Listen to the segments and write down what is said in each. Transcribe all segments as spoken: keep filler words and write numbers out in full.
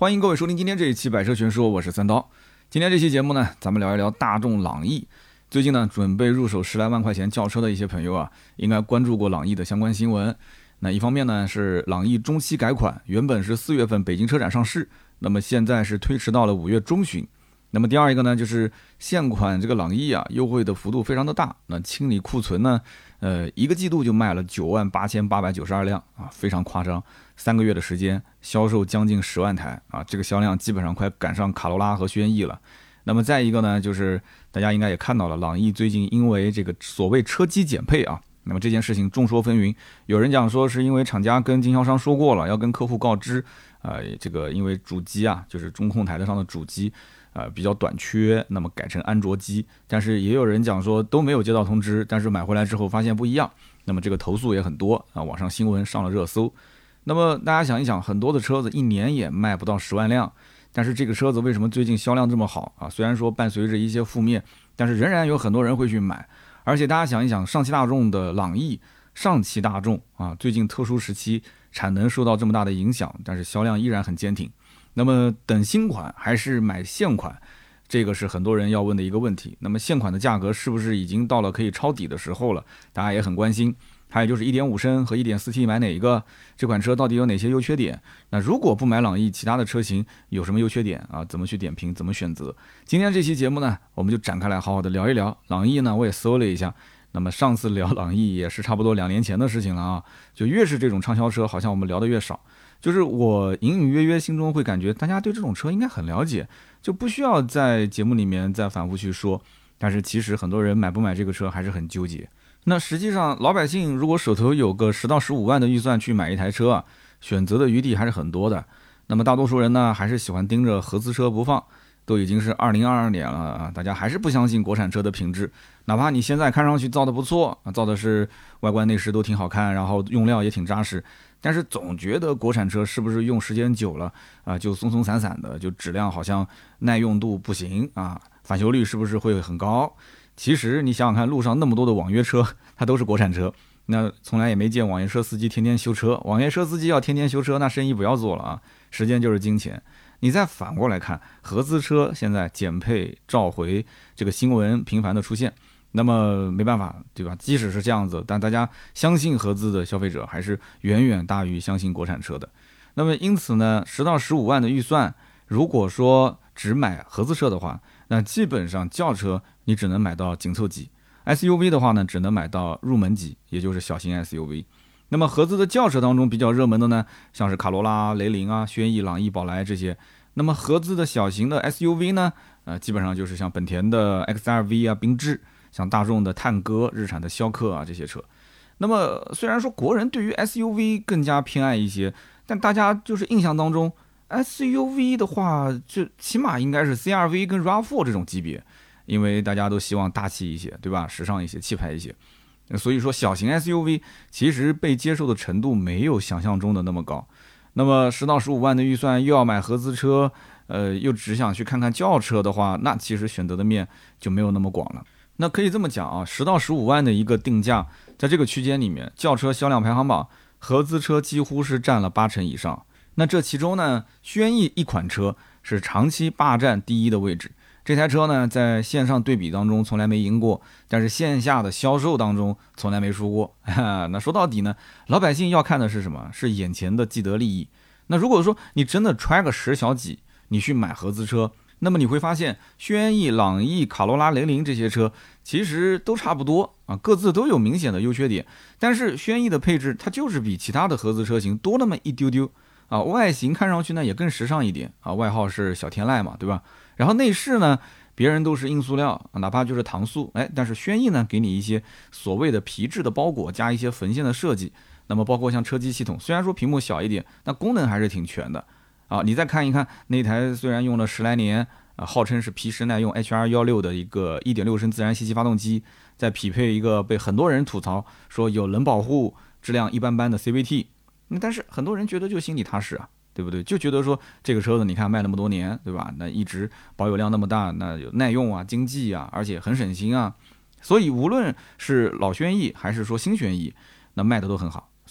欢迎各位收听今天这一期百车全说，我是三刀。今天这期节目呢，咱们聊一聊大众朗逸。最近呢，准备入手十来万块钱轿车的一些朋友啊，应该关注过朗逸的相关新闻。那一方面呢，是朗逸中期改款，原本是四月份北京车展上市，那么现在是推迟到了五月中旬。那么第二一个呢，就是现款这个朗逸啊，优惠的幅度非常的大。那清理库存呢，呃，一个季度就卖了九万八千八百九十二辆啊，非常夸张。三个月的时间，销售将近十万台啊，这个销量基本上快赶上卡罗拉和轩逸了。那么再一个呢，就是大家应该也看到了，朗逸最近因为这个所谓车机减配啊，那么这件事情众说纷纭。有人讲说是因为厂家跟经销商说过了，要跟客户告知，呃，这个因为主机啊，就是中控台的上的主机。呃，比较短缺，那么改成安卓机，但是也有人讲说都没有接到通知，但是买回来之后发现不一样，那么这个投诉也很多啊，网上新闻上了热搜。那么大家想一想，很多的车子一年也卖不到十万辆，但是这个车子为什么最近销量这么好啊？虽然说伴随着一些负面，但是仍然有很多人会去买。而且大家想一想，上汽大众的朗逸，上汽大众啊，最近特殊时期产能受到这么大的影响，但是销量依然很坚挺。那么等新款还是买现款，这个是很多人要问的一个问题。那么现款的价格是不是已经到了可以抄底的时候了？大家也很关心。还有就是 一点五 升和 一点四 T 买哪一个？这款车到底有哪些优缺点？那如果不买朗逸，其他的车型有什么优缺点啊？怎么去点评？怎么选择？今天这期节目呢，我们就展开来好好的聊一聊朗逸呢。我也搜了一下，那么上次聊朗逸也是差不多两年前的事情了啊。就越是这种畅销车，好像我们聊的越少。就是我隐隐约约心中会感觉，大家对这种车应该很了解，就不需要在节目里面再反复去说。但是其实很多人买不买这个车还是很纠结。那实际上老百姓如果手头有个十到十五万的预算去买一台车啊，选择的余地还是很多的。那么大多数人呢，还是喜欢盯着合资车不放。都已经是二零二二年了啊，大家还是不相信国产车的品质，哪怕你现在看上去造的不错啊，造的是外观内饰都挺好看，然后用料也挺扎实，但是总觉得国产车是不是用时间久了啊，就松松散散的，就质量好像耐用度不行啊，返修率是不是会很高？其实你想想看，路上那么多的网约车，它都是国产车，那从来也没见网约车司机天天修车，网约车司机要天天修车，那生意不要做了啊，时间就是金钱。你再反过来看，合资车现在减配召回这个新闻频繁的出现，那么没办法，对吧？即使是这样子，但大家相信合资的消费者还是远远大于相信国产车的。那么因此呢，十到十五万的预算，如果说只买合资车的话，那基本上轿车你只能买到紧凑级 ，S U V 的话呢，只能买到入门级，也就是小型 S U V。那么合资的轿车当中比较热门的呢，像是卡罗拉、雷凌啊、轩逸、朗逸、宝来这些。那么合资的小型的 S U V 呢，呃，基本上就是像本田的 X R V 啊、缤智，像大众的探歌、日产的逍客啊这些车。那么虽然说国人对于 S U V 更加偏爱一些，但大家就是印象当中 S U V 的话，就起码应该是 C R V 跟 R A V 四 这种级别，因为大家都希望大气一些，对吧？时尚一些，气派一些。所以说小型 S U V 其实被接受的程度没有想象中的那么高。那么十到十五万的预算又要买合资车，呃，又只想去看看轿车的话，那其实选择的面就没有那么广了。那可以这么讲啊，十到十五万的一个定价，在这个区间里面，轿车销量排行榜，合资车几乎是占了八成以上。那这其中呢，轩逸一款车是长期霸占第一的位置。这台车呢，在线上对比当中从来没赢过，但是线下的销售当中从来没输过。那说到底呢，老百姓要看的是什么？是眼前的既得利益。那如果说你真的揣个十小几，你去买合资车，那么你会发现，轩逸、朗逸、卡罗拉、雷凌这些车其实都差不多啊，各自都有明显的优缺点。但是轩逸的配置它就是比其他的合资车型多那么一丢丢啊，外形看上去呢也更时尚一点啊，外号是小天籁嘛，对吧？然后内饰呢，别人都是硬塑料，哪怕就是搪塑，哎，但是轩逸呢，给你一些所谓的皮质的包裹，加一些缝线的设计。那么包括像车机系统，虽然说屏幕小一点，那功能还是挺全的啊。你再看一看那台虽然用了十来年啊，号称是皮实耐用 H R 十六 的一个 一点六 升自然吸气发动机，再匹配一个被很多人吐槽说有冷保护、质量一般般的 C V T， 但是很多人觉得就心里踏实啊。对不对？就觉得说这个车子你看卖那么多年，对吧？那一直保有量那么大，那有耐用啊、经济啊，而且很省心啊。所以无论是老轩逸还是说新轩逸，那卖的都很好。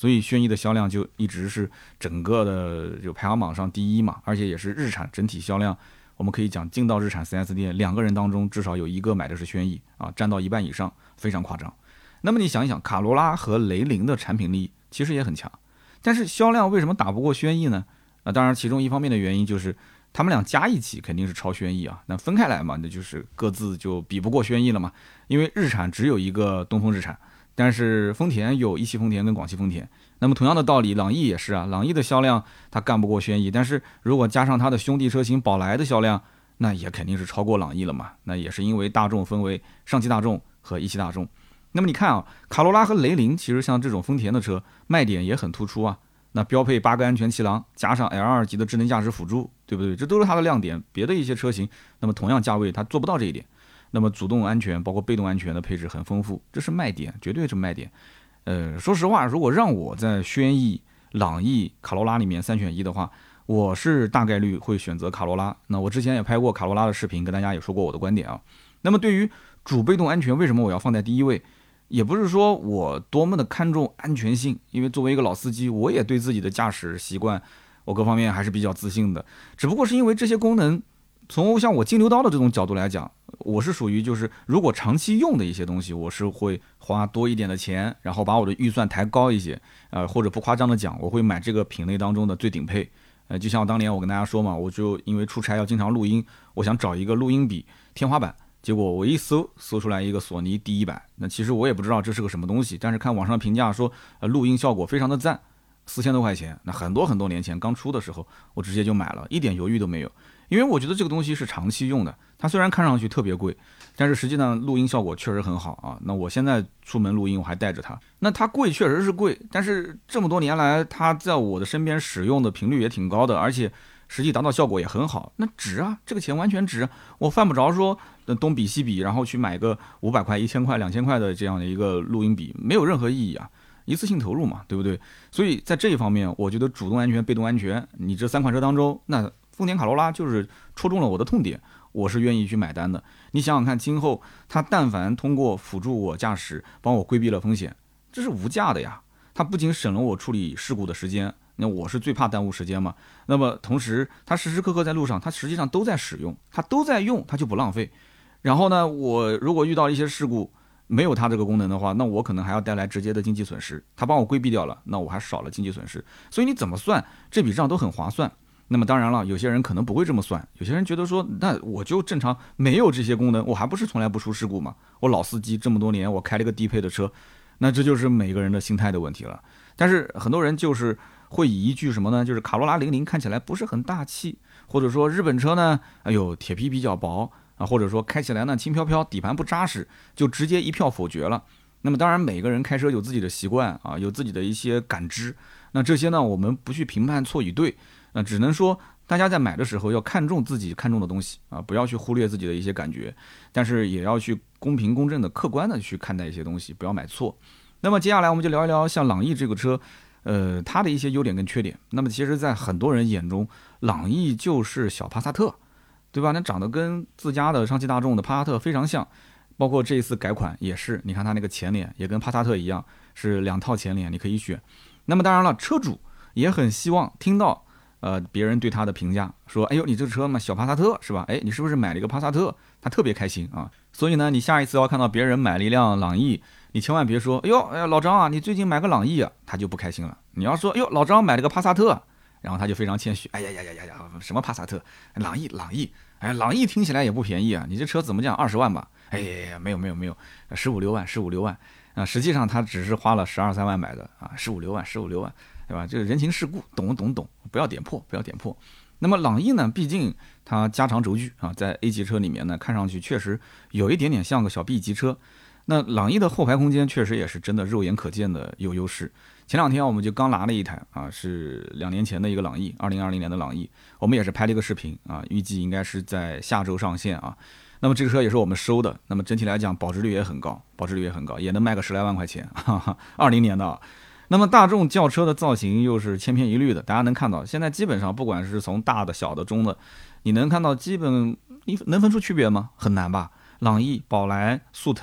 所以轩逸的销量就一直是整个的就排行榜上第一嘛，而且也是日产整体销量，我们可以讲进到日产 四 S 店两个人当中至少有一个买的是轩逸啊，占到一半以上，非常夸张。那么你想一想，卡罗拉和雷凌的产品力其实也很强，但是销量为什么打不过轩逸呢？啊，当然其中一方面的原因就是他们俩加一起肯定是超轩逸啊，那分开来嘛，那就是各自就比不过轩逸了嘛。因为日产只有一个东风日产，但是丰田有一汽丰田跟广汽丰田。那么同样的道理，朗逸也是啊，朗逸的销量它干不过轩逸，但是如果加上它的兄弟车型宝来的销量，那也肯定是超过朗逸了嘛。那也是因为大众分为上汽大众和一汽大众。那么你看啊，卡罗拉和雷凌其实像这种丰田的车卖点也很突出啊，那标配八个安全气囊，加上 L 二 级的智能驾驶辅助，对不对？这都是它的亮点。别的一些车型，那么同样价位它做不到这一点。那么主动安全包括被动安全的配置很丰富，这是卖点，绝对是卖点。呃，说实话，如果让我在轩逸、朗逸、卡罗拉里面三选一的话，我是大概率会选择卡罗拉。那我之前也拍过卡罗拉的视频，跟大家也说过我的观点啊。那么对于主被动安全，为什么我要放在第一位？也不是说我多么的看重安全性，因为作为一个老司机，我也对自己的驾驶习惯，我各方面还是比较自信的。只不过是因为这些功能，从像我金牛刀的这种角度来讲，我是属于就是如果长期用的一些东西，我是会花多一点的钱，然后把我的预算抬高一些，呃，或者不夸张的讲，我会买这个品类当中的最顶配。呃，就像我当年我跟大家说嘛，我就因为出差要经常录音，我想找一个录音笔天花板。结果我一搜，搜出来一个索尼 D 一百，那其实我也不知道这是个什么东西，但是看网上评价说，呃，录音效果非常的赞，四千多块钱，那很多很多年前刚出的时候，我直接就买了，一点犹豫都没有，因为我觉得这个东西是长期用的，它虽然看上去特别贵，但是实际上录音效果确实很好啊。那我现在出门录音我还带着它，那它贵确实是贵，但是这么多年来，它在我的身边使用的频率也挺高的，而且实际达到效果也很好，那值啊，这个钱完全值。我犯不着说东比西比，然后去买个五百块、一千块、两千块的这样的一个录音笔，没有任何意义啊，一次性投入嘛，对不对？所以在这一方面，我觉得主动安全、被动安全，你这三款车当中，那丰田卡罗拉就是戳中了我的痛点，我是愿意去买单的。你想想看，今后它但凡通过辅助我驾驶，帮我规避了风险，这是无价的呀。它不仅省了我处理事故的时间。那我是最怕耽误时间嘛，那么同时它时时刻刻在路上，它实际上都在使用，它都在用，它就不浪费。然后呢，我如果遇到一些事故没有它这个功能的话，那我可能还要带来直接的经济损失，它帮我规避掉了，那我还少了经济损失。所以你怎么算这笔账都很划算。那么当然了，有些人可能不会这么算，有些人觉得说，那我就正常没有这些功能，我还不是从来不出事故嘛，我老司机这么多年，我开了个低配的车，那这就是每个人的心态的问题了。但是很多人就是会以一句什么呢？就是卡罗拉零零看起来不是很大气，或者说日本车呢，哎呦铁皮比较薄啊，或者说开起来呢轻飘飘，底盘不扎实，就直接一票否决了。那么当然每个人开车有自己的习惯啊，有自己的一些感知，那这些呢我们不去评判错与对，那只能说大家在买的时候要看重自己看重的东西啊，不要去忽略自己的一些感觉，但是也要去公平公正的客观的去看待一些东西，不要买错。那么接下来我们就聊一聊像朗逸这个车，呃，它的一些优点跟缺点。那么其实在很多人眼中，朗逸就是小帕萨特，对吧？那长得跟自家的上汽大众的帕萨特非常像，包括这一次改款也是，你看它那个前脸也跟帕萨特一样，是两套前脸你可以选。那么当然了，车主也很希望听到呃别人对他的评价，说哎呦你这个车嘛小帕萨特是吧？哎你是不是买了一个帕萨特？他特别开心啊。所以呢，你下一次要看到别人买了一辆朗逸，你千万别说哎呦哎呀老张啊，你最近买个朗逸啊，他就不开心了。你要说哎呦老张买了个帕萨特，然后他就非常谦虚，哎呀呀呀呀呀，什么帕萨特，朗逸朗逸，哎朗逸听起来也不便宜啊，你这车怎么讲二十万吧？哎呀呀没有没有没有，十五六万十五六万啊，实际上他只是花了十二三万买的啊，十五六万十五六万，对吧？这个人情世故，懂懂懂，不要点破不要点破。那么朗逸呢，毕竟它加长轴距啊，在 A 级车里面呢，看上去确实有一点点像个小 B 级车。那朗逸的后排空间确实也是真的肉眼可见的有优势。前两天我们就刚拿了一台啊，是两年前的一个朗逸，二零二零年的朗逸，我们也是拍了一个视频啊，预计应该是在下周上线啊。那么这个车也是我们收的，那么整体来讲保值率也很高，保值率也很高，也能卖个十来万块钱，哈哈，二零年的啊。那么大众轿车的造型又是千篇一律的，大家能看到，现在基本上不管是从大的、小的、中的，你能看到基本你能分出区别吗？很难吧？朗逸、宝来、速腾、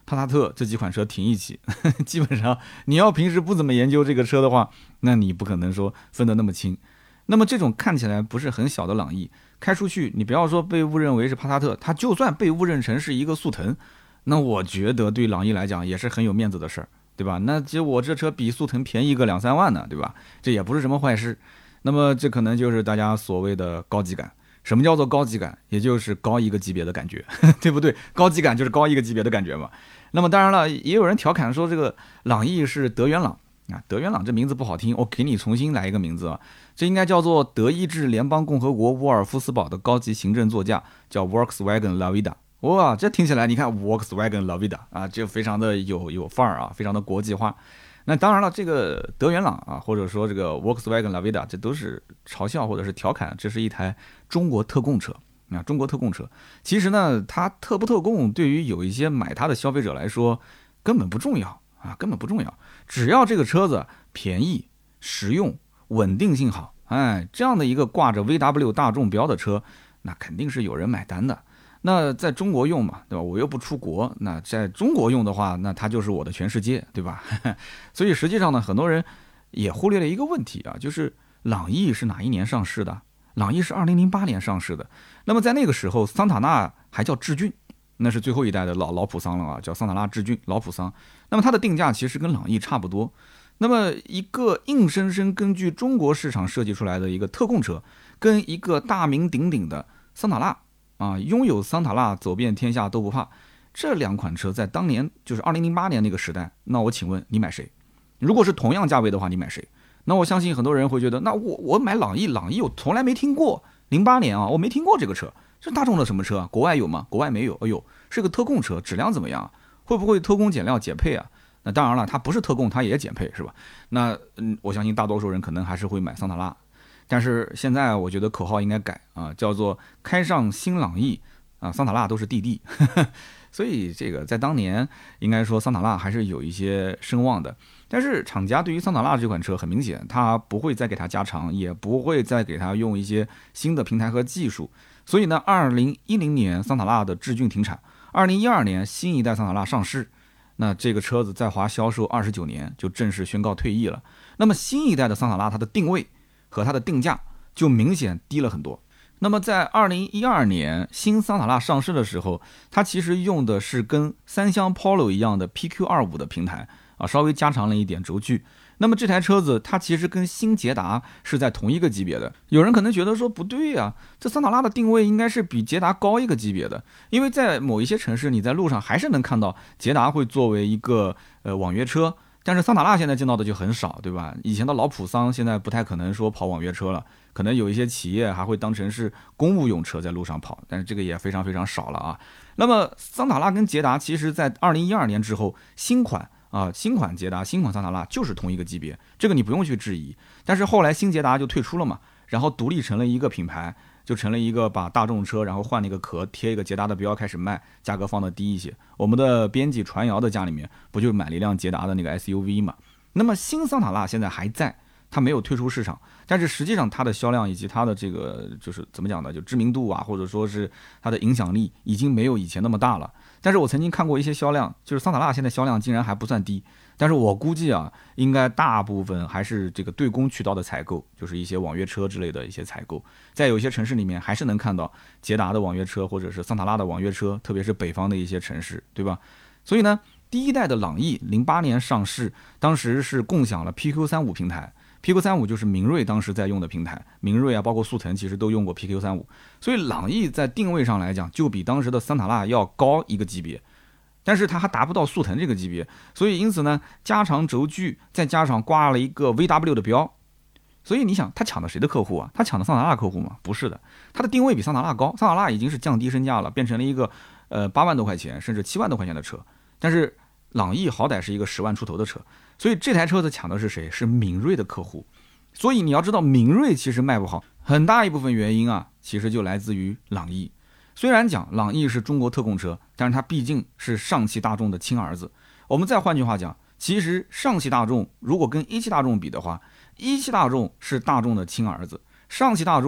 帕萨特这几款车停一起，基本上你要平时不怎么研究这个车的话，那你不可能说分得那么清。那么这种看起来不是很小的朗逸开出去，你不要说被误认为是帕萨特，它就算被误认成是一个速腾，那我觉得对朗逸来讲也是很有面子的事儿，对吧？那其实我这车比速腾便宜个两三万呢，对吧？这也不是什么坏事。那么这可能就是大家所谓的高级感。什么叫做高级感？也就是高一个级别的感觉，对不对？高级感就是高一个级别的感觉嘛。那么当然了，也有人调侃说这个朗逸是德元朗啊，德元朗这名字不好听，我给你重新来一个名字啊，这应该叫做德意志联邦共和国沃尔夫斯堡的高级行政座驾，叫 Volkswagen Lavida。哇，这听起来你看 Volkswagen Lavida 啊，就非常的有有范儿啊，非常的国际化。那当然了，这个德元朗啊，或者说这个 Volkswagen Lavida， 这都是嘲笑或者是调侃，这是一台中国特供车啊，中国特供车。其实呢，它特不特供，对于有一些买它的消费者来说，根本不重要啊，根本不重要。只要这个车子便宜、实用、稳定性好，哎，这样的一个挂着 V W 大众标的车，那肯定是有人买单的。那在中国用嘛，对吧？我又不出国，那在中国用的话，那它就是我的全世界，对吧？所以实际上呢，很多人也忽略了一个问题啊，就是朗逸是哪一年上市的？朗逸是二零零八年上市的。那么在那个时候，桑塔纳还叫致俊，那是最后一代的老老普桑了啊，叫桑塔纳致俊，老普桑。那么它的定价其实跟朗逸差不多。那么一个硬生生根据中国市场设计出来的一个特供车，跟一个大名鼎鼎的桑塔纳。啊，拥有桑塔纳走遍天下都不怕，这两款车在当年就是二零零八年那个时代，那我请问你买谁？如果是同样价位的话，你买谁？那我相信很多人会觉得，那我我买朗逸，朗逸我从来没听过，零八年啊，我没听过这个车，这大众的什么车啊？国外有吗？国外没有。哎呦，是个特供车，质量怎么样？会不会偷工减料减配啊？那当然了，它不是特供，它也减配是吧？那嗯，我相信大多数人可能还是会买桑塔纳。但是现在我觉得口号应该改啊，叫做开上新朗逸啊，桑塔纳都是弟弟，所以这个在当年应该说桑塔纳还是有一些声望的。但是厂家对于桑塔纳这款车很明显，它不会再给它加长，也不会再给它用一些新的平台和技术。所以呢，二零一零年桑塔纳的致俊停产，二零一二年新一代桑塔纳上市，那这个车子在华销售二十九年就正式宣告退役了。那么新一代的桑塔纳它的定位和它的定价就明显低了很多。那么在二零一二年新桑塔纳上市的时候，它其实用的是跟三厢 Polo 一样的 P Q 二十五 的平台啊，稍微加长了一点轴距。那么这台车子它其实跟新捷达是在同一个级别的。有人可能觉得说不对啊，这桑塔纳的定位应该是比捷达高一个级别的，因为在某一些城市你在路上还是能看到捷达会作为一个呃网约车。但是桑塔纳现在见到的就很少，对吧？以前的老普桑现在不太可能说跑网约车了，可能有一些企业还会当成是公务用车在路上跑，但是这个也非常非常少了啊。那么桑塔纳跟捷达其实在二零一二年之后，新款啊新款捷达、新款桑塔纳就是同一个级别，这个你不用去质疑。但是后来新捷达就退出了嘛，然后独立成了一个品牌。就成了一个把大众车，然后换了一个壳，贴一个捷达的标开始卖，价格放的低一些。我们的编辑传谣的家里面不就买了一辆捷达的那个 S U V 嘛？那么新桑塔纳现在还在，它没有退出市场，但是实际上它的销量以及它的这个就是怎么讲呢，就知名度啊，或者说是它的影响力已经没有以前那么大了。但是我曾经看过一些销量，就是桑塔纳现在销量竟然还不算低。但是我估计啊，应该大部分还是这个对公渠道的采购，就是一些网约车之类的一些采购，在有些城市里面还是能看到捷达的网约车或者是桑塔纳的网约车，特别是北方的一些城市，对吧？所以呢，第一代的朗逸零八年上市，当时是共享了 P Q 三十五 平台。P Q 三十五 就是明锐当时在用的平台，明锐啊，包括速腾其实都用过 P Q 三十五，所以朗逸在定位上来讲，就比当时的桑塔纳要高一个级别。但是它还达不到速腾这个级别，所以因此呢，加长轴距，再加上挂了一个 V W 的标，所以你想，他抢的谁的客户啊？他抢的桑塔纳客户吗？不是的，他的定位比桑塔纳高，桑塔纳已经是降低身价了，变成了一个呃八万多块钱甚至七万多块钱的车，但是朗逸好歹是一个十万出头的车，所以这台车子抢的是谁？是明锐的客户。所以你要知道，明锐其实卖不好，很大一部分原因啊，其实就来自于朗逸。虽然讲朗逸是中国特供车，但是它毕竟是上汽大众的亲儿子。我们再换句话讲，其实上汽大众如果跟一汽大众比的话，一汽大众是大众的亲儿子，上汽大众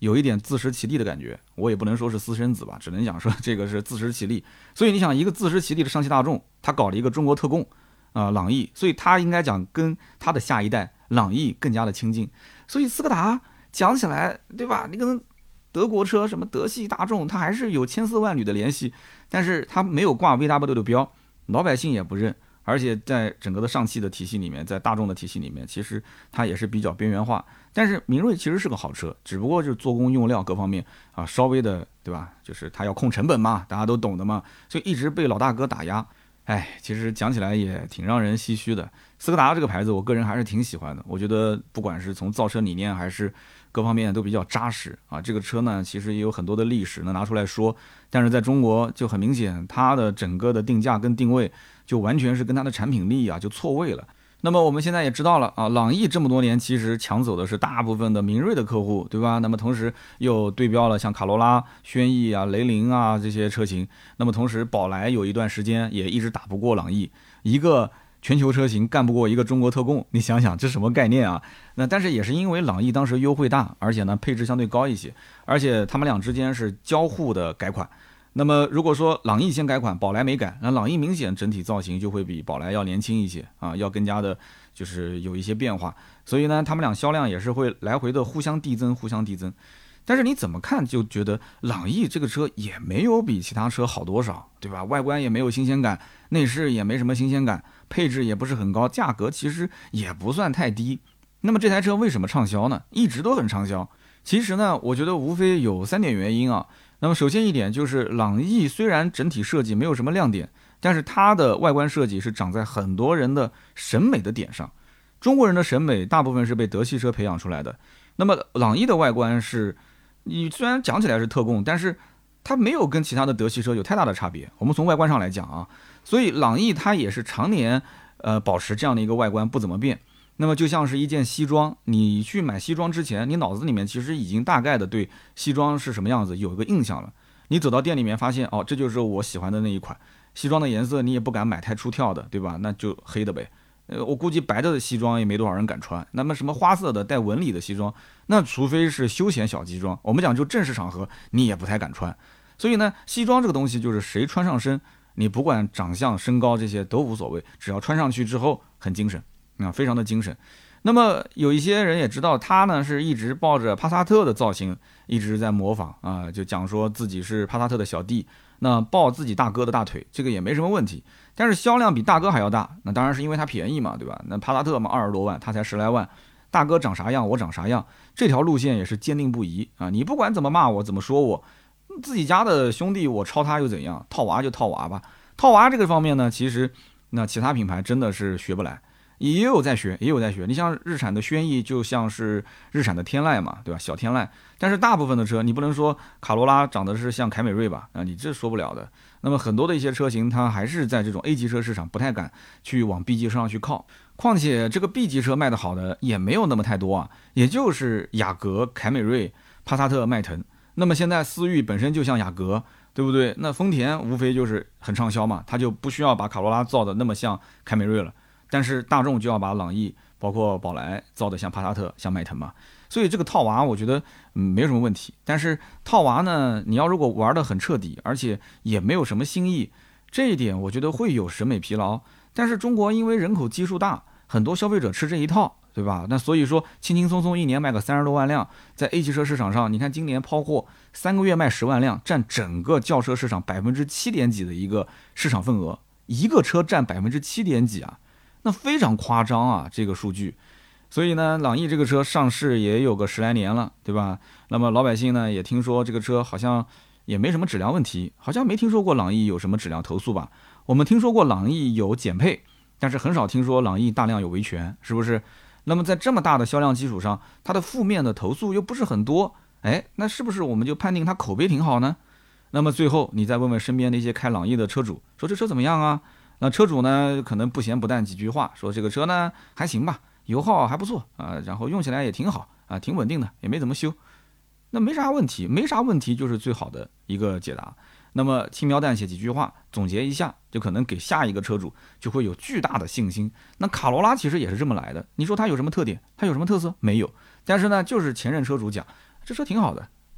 有一点自食其力的感觉。我也不能说是私生子吧，只能讲说这个是自食其力。所以你想，一个自食其力的上汽大众，他搞了一个中国特供啊、呃、朗逸，所以他应该讲跟他的下一代朗逸更加的亲近。所以斯柯达讲起来，对吧？你跟德国车什么德系大众，它还是有千丝万缕的联系，但是它没有挂 V W 的标，老百姓也不认。而且在整个的上汽的体系里面，在大众的体系里面，其实它也是比较边缘化。但是明锐其实是个好车，只不过就是做工用料各方面啊，稍微的，对吧？就是它要控成本嘛，大家都懂的嘛，所以一直被老大哥打压。哎，其实讲起来也挺让人唏嘘的。斯柯达这个牌子，我个人还是挺喜欢的。我觉得不管是从造车理念还是各方面都比较扎实啊。这个车呢，其实也有很多的历史能拿出来说，但是在中国就很明显，它的整个的定价跟定位就完全是跟它的产品力啊就错位了。那么我们现在也知道了啊，朗逸这么多年其实抢走的是大部分的明锐的客户，对吧？那么同时又对标了像卡罗拉、轩逸啊、雷凌啊这些车型。那么同时宝来有一段时间也一直打不过朗逸，一个全球车型干不过一个中国特供，你想想这什么概念啊？那但是也是因为朗逸当时优惠大，而且呢配置相对高一些，而且他们俩之间是交互的改款。那么如果说朗逸先改款，宝来没改，那朗逸明显整体造型就会比宝来要年轻一些啊，要更加的就是有一些变化，所以呢他们俩销量也是会来回的互相递增互相递增。但是你怎么看就觉得朗逸这个车也没有比其他车好多少，对吧？外观也没有新鲜感，内饰也没什么新鲜感，配置也不是很高，价格其实也不算太低。那么这台车为什么畅销呢？一直都很畅销。其实呢我觉得无非有三点原因啊。那么首先一点就是朗逸虽然整体设计没有什么亮点，但是它的外观设计是长在很多人的审美的点上。中国人的审美大部分是被德系车培养出来的，那么朗逸的外观是你虽然讲起来是特供，但是它没有跟其他的德系车有太大的差别，我们从外观上来讲啊，所以朗逸它也是常年呃保持这样的一个外观不怎么变。那么就像是一件西装，你去买西装之前，你脑子里面其实已经大概的对西装是什么样子有一个印象了。你走到店里面发现，哦，这就是我喜欢的那一款西装的颜色，你也不敢买太出挑的，对吧？那就黑的呗。呃，我估计白的西装也没多少人敢穿。那么什么花色的带纹理的西装，那除非是休闲小西装，我们讲就正式场合你也不太敢穿。所以呢，西装这个东西就是谁穿上身，你不管长相身高这些都无所谓，只要穿上去之后很精神啊，非常的精神。那么有一些人也知道他呢是一直抱着帕萨特的造型一直在模仿啊，就讲说自己是帕萨特的小弟，那抱自己大哥的大腿，这个也没什么问题。但是销量比大哥还要大，那当然是因为它便宜嘛，对吧？那帕萨特嘛二十多万，他才十来万，大哥长啥样我长啥样，这条路线也是坚定不移啊！你不管怎么骂我怎么说我，自己家的兄弟我抄他又怎样？套娃就套娃吧。套娃这个方面呢，其实那其他品牌真的是学不来。也有在学，也有在学。你像日产的轩逸，就像是日产的天籁嘛，对吧？小天籁。但是大部分的车，你不能说卡罗拉长得是像凯美瑞吧？啊，你这说不了的。那么很多的一些车型，它还是在这种 A 级车市场不太敢去往 B 级车上去靠。况且这个 B 级车卖得好的也没有那么太多啊，也就是雅阁、凯美瑞、帕萨特、迈腾。那么现在思域本身就像雅阁，对不对？那丰田无非就是很畅销嘛，它就不需要把卡罗拉造的那么像凯美瑞了。但是大众就要把朗逸包括宝来造的像帕萨特像迈腾嘛，所以这个套娃我觉得嗯没有什么问题。但是套娃呢，你要如果玩得很彻底，而且也没有什么新意，这一点我觉得会有审美疲劳。但是中国因为人口基数大，很多消费者吃这一套，对吧？那所以说轻轻松松一年卖个三十多万辆，在 A 级车市场上，你看今年抛货三个月卖十万辆，占整个轿车市场百分之七点几的一个市场份额，一个车占百分之七点几啊。那非常夸张啊，这个数据。所以呢，朗逸这个车上市也有个十来年了，对吧？那么老百姓呢也听说这个车好像也没什么质量问题，好像没听说过朗逸有什么质量投诉吧？我们听说过朗逸有减配，但是很少听说朗逸大量有维权，是不是？那么在这么大的销量基础上，它的负面的投诉又不是很多，哎，那是不是我们就判定它口碑挺好呢？那么最后你再问问身边那些开朗逸的车主，说这车怎么样啊？那车主呢，可能不咸不淡几句话，说这个车呢还行吧，油耗还不错啊，然后用起来也挺好啊，挺稳定的，也没怎么修，那没啥问题，没啥问题就是最好的一个解答。那么轻描淡写几句话总结一下，就可能给下一个车主就会有巨大的信心。那卡罗拉其实也是这么来的，你说它有什么特点？它有什么特色？没有。但是呢，就是前任车主讲这车挺好的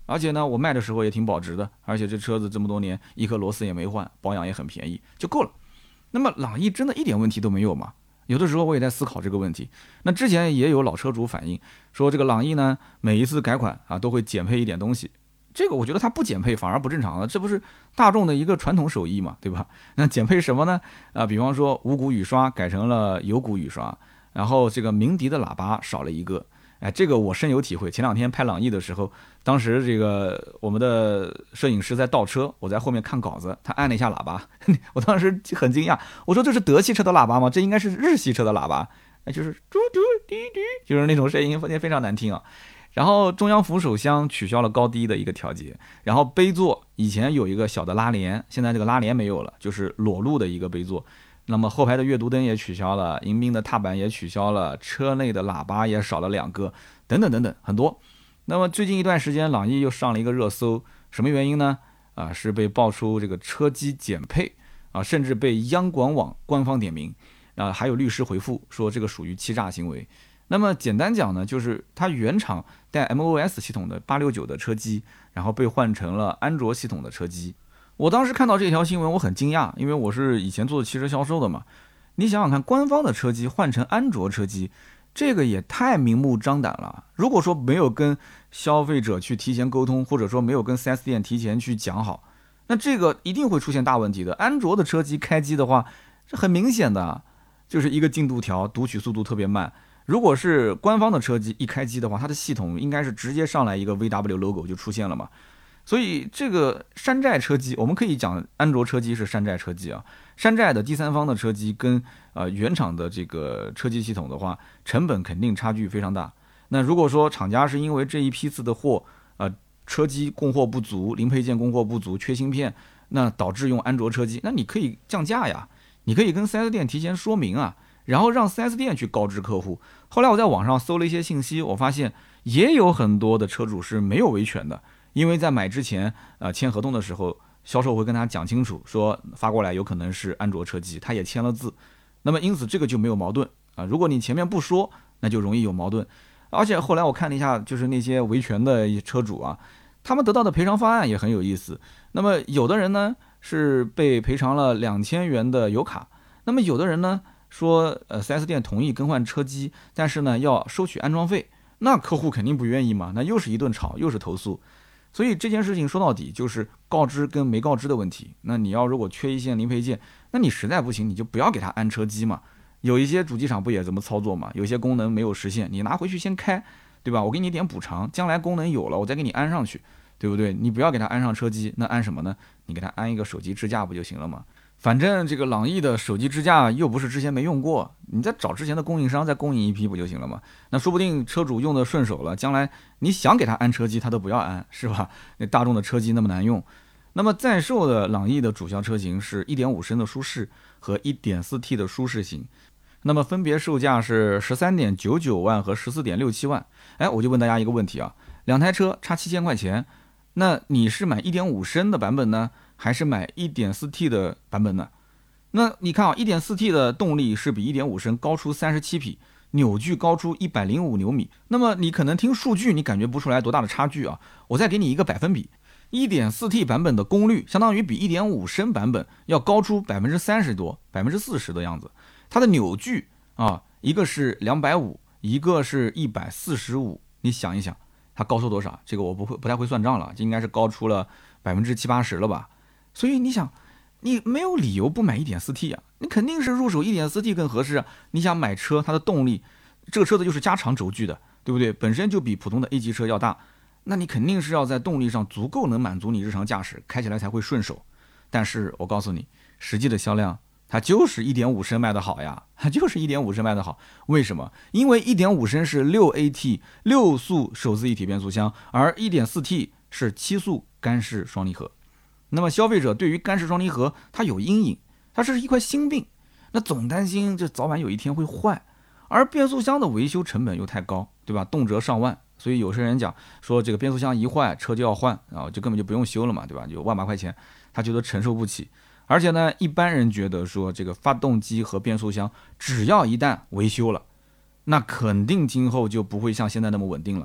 而且呢，我卖的时候也挺保值的，而且这车子这么多年一颗螺丝也没换，保养也很便宜，就够了。那么朗逸真的一点问题都没有吗？有的时候我也在思考这个问题。那之前也有老车主反映说，这个朗逸呢，每一次改款啊都会减配一点东西。这个我觉得它不减配反而不正常了，这不是大众的一个传统手艺嘛，对吧？那减配什么呢？啊，比方说无骨雨刷改成了有骨雨刷，然后这个鸣笛的喇叭少了一个。哎，这个我深有体会。前两天拍朗逸的时候，当时这个我们的摄影师在倒车，我在后面看稿子，他按了一下喇叭，我当时很惊讶，我说这是德系车的喇叭吗？这应该是日系车的喇叭，哎，就是嘟嘟滴滴，就是那种声音，非常难听啊。然后中央扶手箱取消了高低的一个调节，然后杯座以前有一个小的拉帘，现在这个拉帘没有了，就是裸露的一个杯座。那么后排的阅读灯也取消了，迎宾的踏板也取消了，车内的喇叭也少了两个，等等等等，很多。那么最近一段时间，朗逸又上了一个热搜，什么原因呢？啊，是被爆出这个车机减配啊，甚至被央广网官方点名啊，还有律师回复说这个属于欺诈行为。那么简单讲呢，就是它原厂带 M O S 系统的八六九的车机，然后被换成了安卓系统的车机。我当时看到这条新闻，我很惊讶，因为我是以前做汽车销售的嘛。你想想看，官方的车机换成安卓车机，这个也太明目张胆了。如果说没有跟消费者去提前沟通，或者说没有跟 四 S 店提前去讲好，那这个一定会出现大问题的。安卓的车机开机的话，这很明显的就是一个进度条，读取速度特别慢。如果是官方的车机一开机的话，它的系统应该是直接上来一个 V W logo 就出现了嘛。所以这个山寨车机，我们可以讲安卓车机是山寨车机啊。山寨的第三方的车机跟呃原厂的这个车机系统的话，成本肯定差距非常大。那如果说厂家是因为这一批次的货，呃车机供货不足，零配件供货不足，缺芯片，那导致用安卓车机，那你可以降价呀，你可以跟 四 S 店提前说明啊。然后让 四 S 店去告知客户。后来我在网上搜了一些信息，我发现也有很多的车主是没有维权的，因为在买之前，呃，签合同的时候，销售会跟他讲清楚，说发过来有可能是安卓车机，他也签了字。那么因此这个就没有矛盾啊。如果你前面不说，那就容易有矛盾。而且后来我看了一下，就是那些维权的车主啊，他们得到的赔偿方案也很有意思。那么有的人呢是被赔偿了两千元的油卡，那么有的人呢说，呃 四 S 店同意更换车机，但是呢要收取安装费，那客户肯定不愿意嘛，那又是一顿吵，又是投诉。所以这件事情说到底就是告知跟没告知的问题。那你要如果缺一线零配件，那你实在不行你就不要给他安车机嘛。有一些主机厂不也这么操作嘛？有些功能没有实现，你拿回去先开，对吧？我给你点补偿，将来功能有了我再给你安上去，对不对？你不要给他安上车机，那安什么呢？你给他安一个手机支架不就行了吗？反正这个朗逸的手机支架又不是之前没用过，你再找之前的供应商再供应一批不就行了吗？那说不定车主用的顺手了，将来你想给他安车机他都不要安，是吧？那大众的车机那么难用。那么在售的朗逸的主销车型是 一点五 升的舒适和 一点四 T 的舒适型，那么分别售价是 十三点九九万和 十四点六七万。哎，我就问大家一个问题啊，两台车差七千块钱，那你是买 一点五 升的版本呢，还是买 一点四 T 的版本呢？那你看啊 ，一点四 T 的动力是比 一点五 升高出三十七匹，扭矩高出一百零五牛米。那么你可能听数据你感觉不出来多大的差距啊，我再给你一个百分比， 一点四 T 版本的功率相当于比 一点五 升版本要高出 百分之三十 多 百分之四十 的样子。它的扭矩啊，一个是两百五十，一个是一百四十五，你想一想它高出多少？这个我不会不太会算账了，这应该是高出了百分之七八十了吧。所以你想，你没有理由不买 一点四 T 啊，你肯定是入手 一点四 T 更合适啊。你想买车，它的动力，这个车子就是加长轴距的，对不对？本身就比普通的 A 级车要大，那你肯定是要在动力上足够能满足你日常驾驶，开起来才会顺手。但是我告诉你，实际的销量它就是 一点五 升卖的好呀，它就是 一点五 升卖的好。为什么？因为 一点五 升是 六 A T 六速手自一体变速箱，而 一点四 T 是七速干式双离合。那么消费者对于干式双离合它有阴影，它是一块心病，那总担心这早晚有一天会坏，而变速箱的维修成本又太高，对吧？动辄上万，所以有些人讲说这个变速箱一坏车就要换啊，就根本就不用修了嘛，对吧？就万把块钱，他觉得承受不起。而且呢，一般人觉得说这个发动机和变速箱只要一旦维修了，那肯定今后就不会像现在那么稳定了。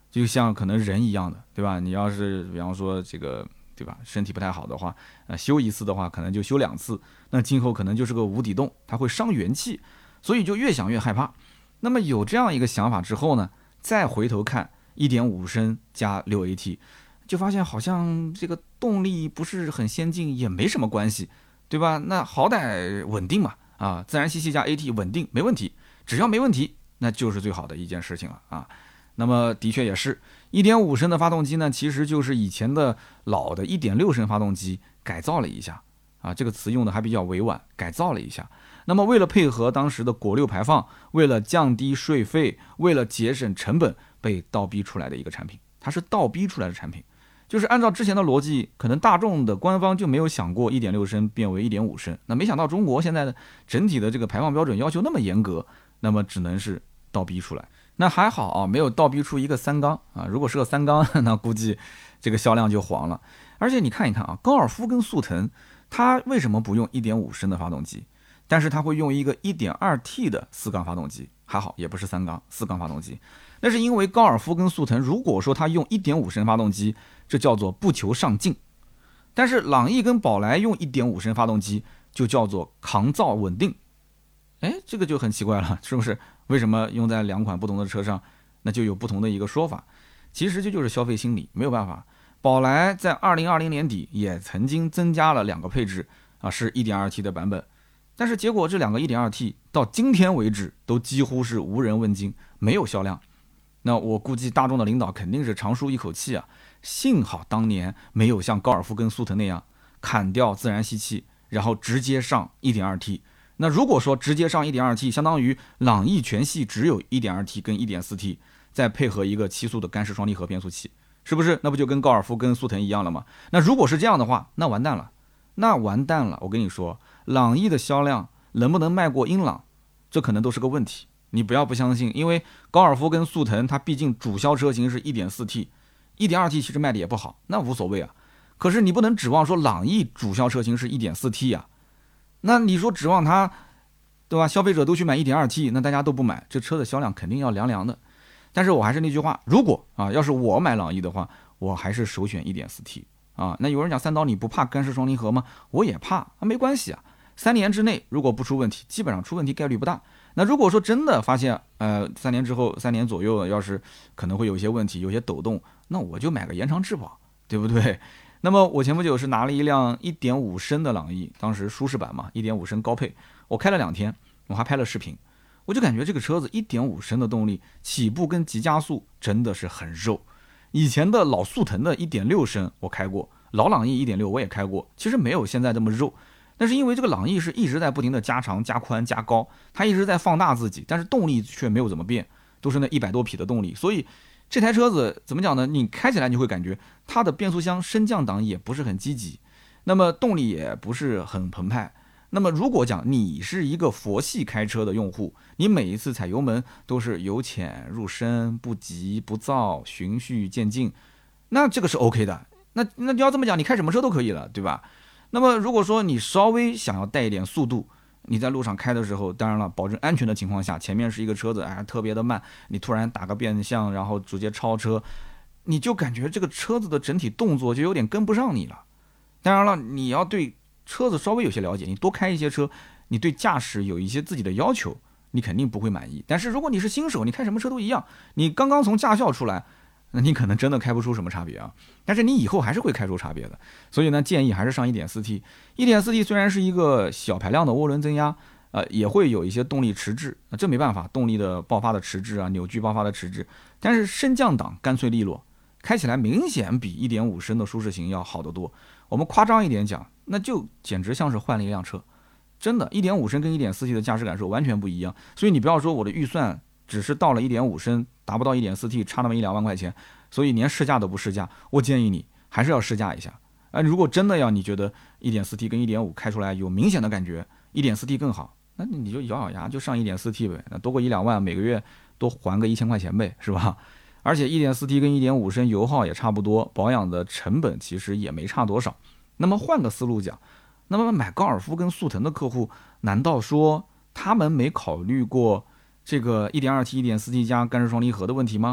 就像可能人一样的，对吧？你要是比方说这个，对吧？身体不太好的话，呃，修一次的话，可能就修两次，那今后可能就是个无底洞，它会伤元气，所以就越想越害怕。那么有这样一个想法之后呢，再回头看 一点五 升加 六 A T， 就发现好像这个动力不是很先进，也没什么关系，对吧？那好歹稳定嘛，啊，自然吸气加 A T 稳定没问题，只要没问题，那就是最好的一件事情了啊。那么的确也是 一点五 升的发动机呢，其实就是以前的老的 一点六 升发动机改造了一下啊，这个词用的还比较委婉，改造了一下。那么为了配合当时的国六排放，为了降低税费，为了节省成本，被倒逼出来的一个产品，它是倒逼出来的产品。就是按照之前的逻辑，可能大众的官方就没有想过 一点六 升变为 一点五 升，那没想到中国现在的整体的这个排放标准要求那么严格，那么只能是倒逼出来。那还好啊，没有倒逼出一个三缸啊！如果是个三缸，那估计这个销量就黄了。而且你看一看啊，高尔夫跟速腾，它为什么不用 一点五 升的发动机，但是它会用一个 一点二 T 的四缸发动机？还好，也不是三缸，四缸发动机。那是因为高尔夫跟速腾，如果说它用 一点五 升发动机，这叫做不求上进；但是朗逸跟宝来用 一点五 升发动机，就叫做抗造稳定。哎，这个就很奇怪了，是不是？为什么用在两款不同的车上，那就有不同的一个说法？其实这就是消费心理，没有办法。宝来在二零二零年底也曾经增加了两个配置啊，是 一点二 T 的版本，但是结果这两个 一点二 T 到今天为止都几乎是无人问津，没有销量。那我估计大众的领导肯定是长舒一口气啊，幸好当年没有像高尔夫跟速腾那样砍掉自然吸气，然后直接上 一点二 T。那如果说直接上 一点二 T， 相当于朗逸全系只有 一点二 T 跟 一点四 T， 再配合一个七速的干式双离合变速器，是不是？那不就跟高尔夫跟速腾一样了吗？那如果是这样的话，那完蛋了，那完蛋了。我跟你说，朗逸的销量能不能卖过英朗，这可能都是个问题。你不要不相信，因为高尔夫跟速腾它毕竟主销车型是 一点四 T， 一点二 T 其实卖的也不好，那无所谓啊。可是你不能指望说朗逸主销车型是 一点四 T 啊，那你说指望它，对吧？消费者都去买 一点二 T， 那大家都不买，这车的销量肯定要凉凉的。但是我还是那句话，如果啊，要是我买朗逸的话，我还是首选 一点四 T 啊。那有人讲三刀你不怕干式双离合吗？我也怕，啊，没关系啊。三年之内如果不出问题，基本上出问题概率不大。那如果说真的发现，呃，三年之后，三年左右，要是可能会有一些问题，有些抖动，那我就买个延长质保，对不对？那么我前不久是拿了一辆 一点五 升的朗逸，当时舒适版嘛 ，一点五 升高配，我开了两天，我还拍了视频，我就感觉这个车子 一点五 升的动力，起步跟急加速真的是很肉。以前的老速腾的 一点六 升我开过，老朗逸 一点六 我也开过，其实没有现在这么肉。但是因为这个朗逸是一直在不停的加长、加宽、加高，它一直在放大自己，但是动力却没有怎么变，都是那一百多匹的动力，所以这台车子怎么讲呢？你开起来你会感觉它的变速箱升降档也不是很积极，那么动力也不是很澎湃。那么如果讲你是一个佛系开车的用户，你每一次踩油门都是由浅入深，不急不躁，循序渐进，那这个是 OK 的。那那你要这么讲，你开什么车都可以了，对吧？那么如果说你稍微想要带一点速度，你在路上开的时候，当然了，保证安全的情况下，前面是一个车子，哎，特别的慢，你突然打个变向，然后直接超车，你就感觉这个车子的整体动作就有点跟不上你了。当然了，你要对车子稍微有些了解，你多开一些车，你对驾驶有一些自己的要求，你肯定不会满意。但是如果你是新手，你开什么车都一样，你刚刚从驾校出来，那你可能真的开不出什么差别啊，但是你以后还是会开出差别的。所以呢，建议还是上 一点四 T。一点四 T 虽然是一个小排量的涡轮增压，呃，也会有一些动力迟滞，呃，这没办法，动力的爆发的迟滞啊，扭矩爆发的迟滞，但是升降档干脆利落，开起来明显比 一点五 升的舒适型要好得多。我们夸张一点讲，那就简直像是换了一辆车，真的 一点五 升跟 一点四 T 的驾驶感受完全不一样。所以你不要说我的预算只是到了 一点五 升，达不到 一点四 T， 差那么一两万块钱，所以连试驾都不试驾。我建议你还是要试驾一下。啊，如果真的要你觉得 一点四 T 跟 一点五 开出来有明显的感觉， 一点四 T 更好，那你就咬咬牙就上 一点四 T 呗，那多过一两万，每个月多还个一千块钱呗，是吧？而且 一点四 T 跟 一点五 升油耗也差不多，保养的成本其实也没差多少。那么换个思路讲，那么买高尔夫跟速腾的客户，难道说他们没考虑过这个 一点二 T、一点四 T 加干式双离合的问题吗？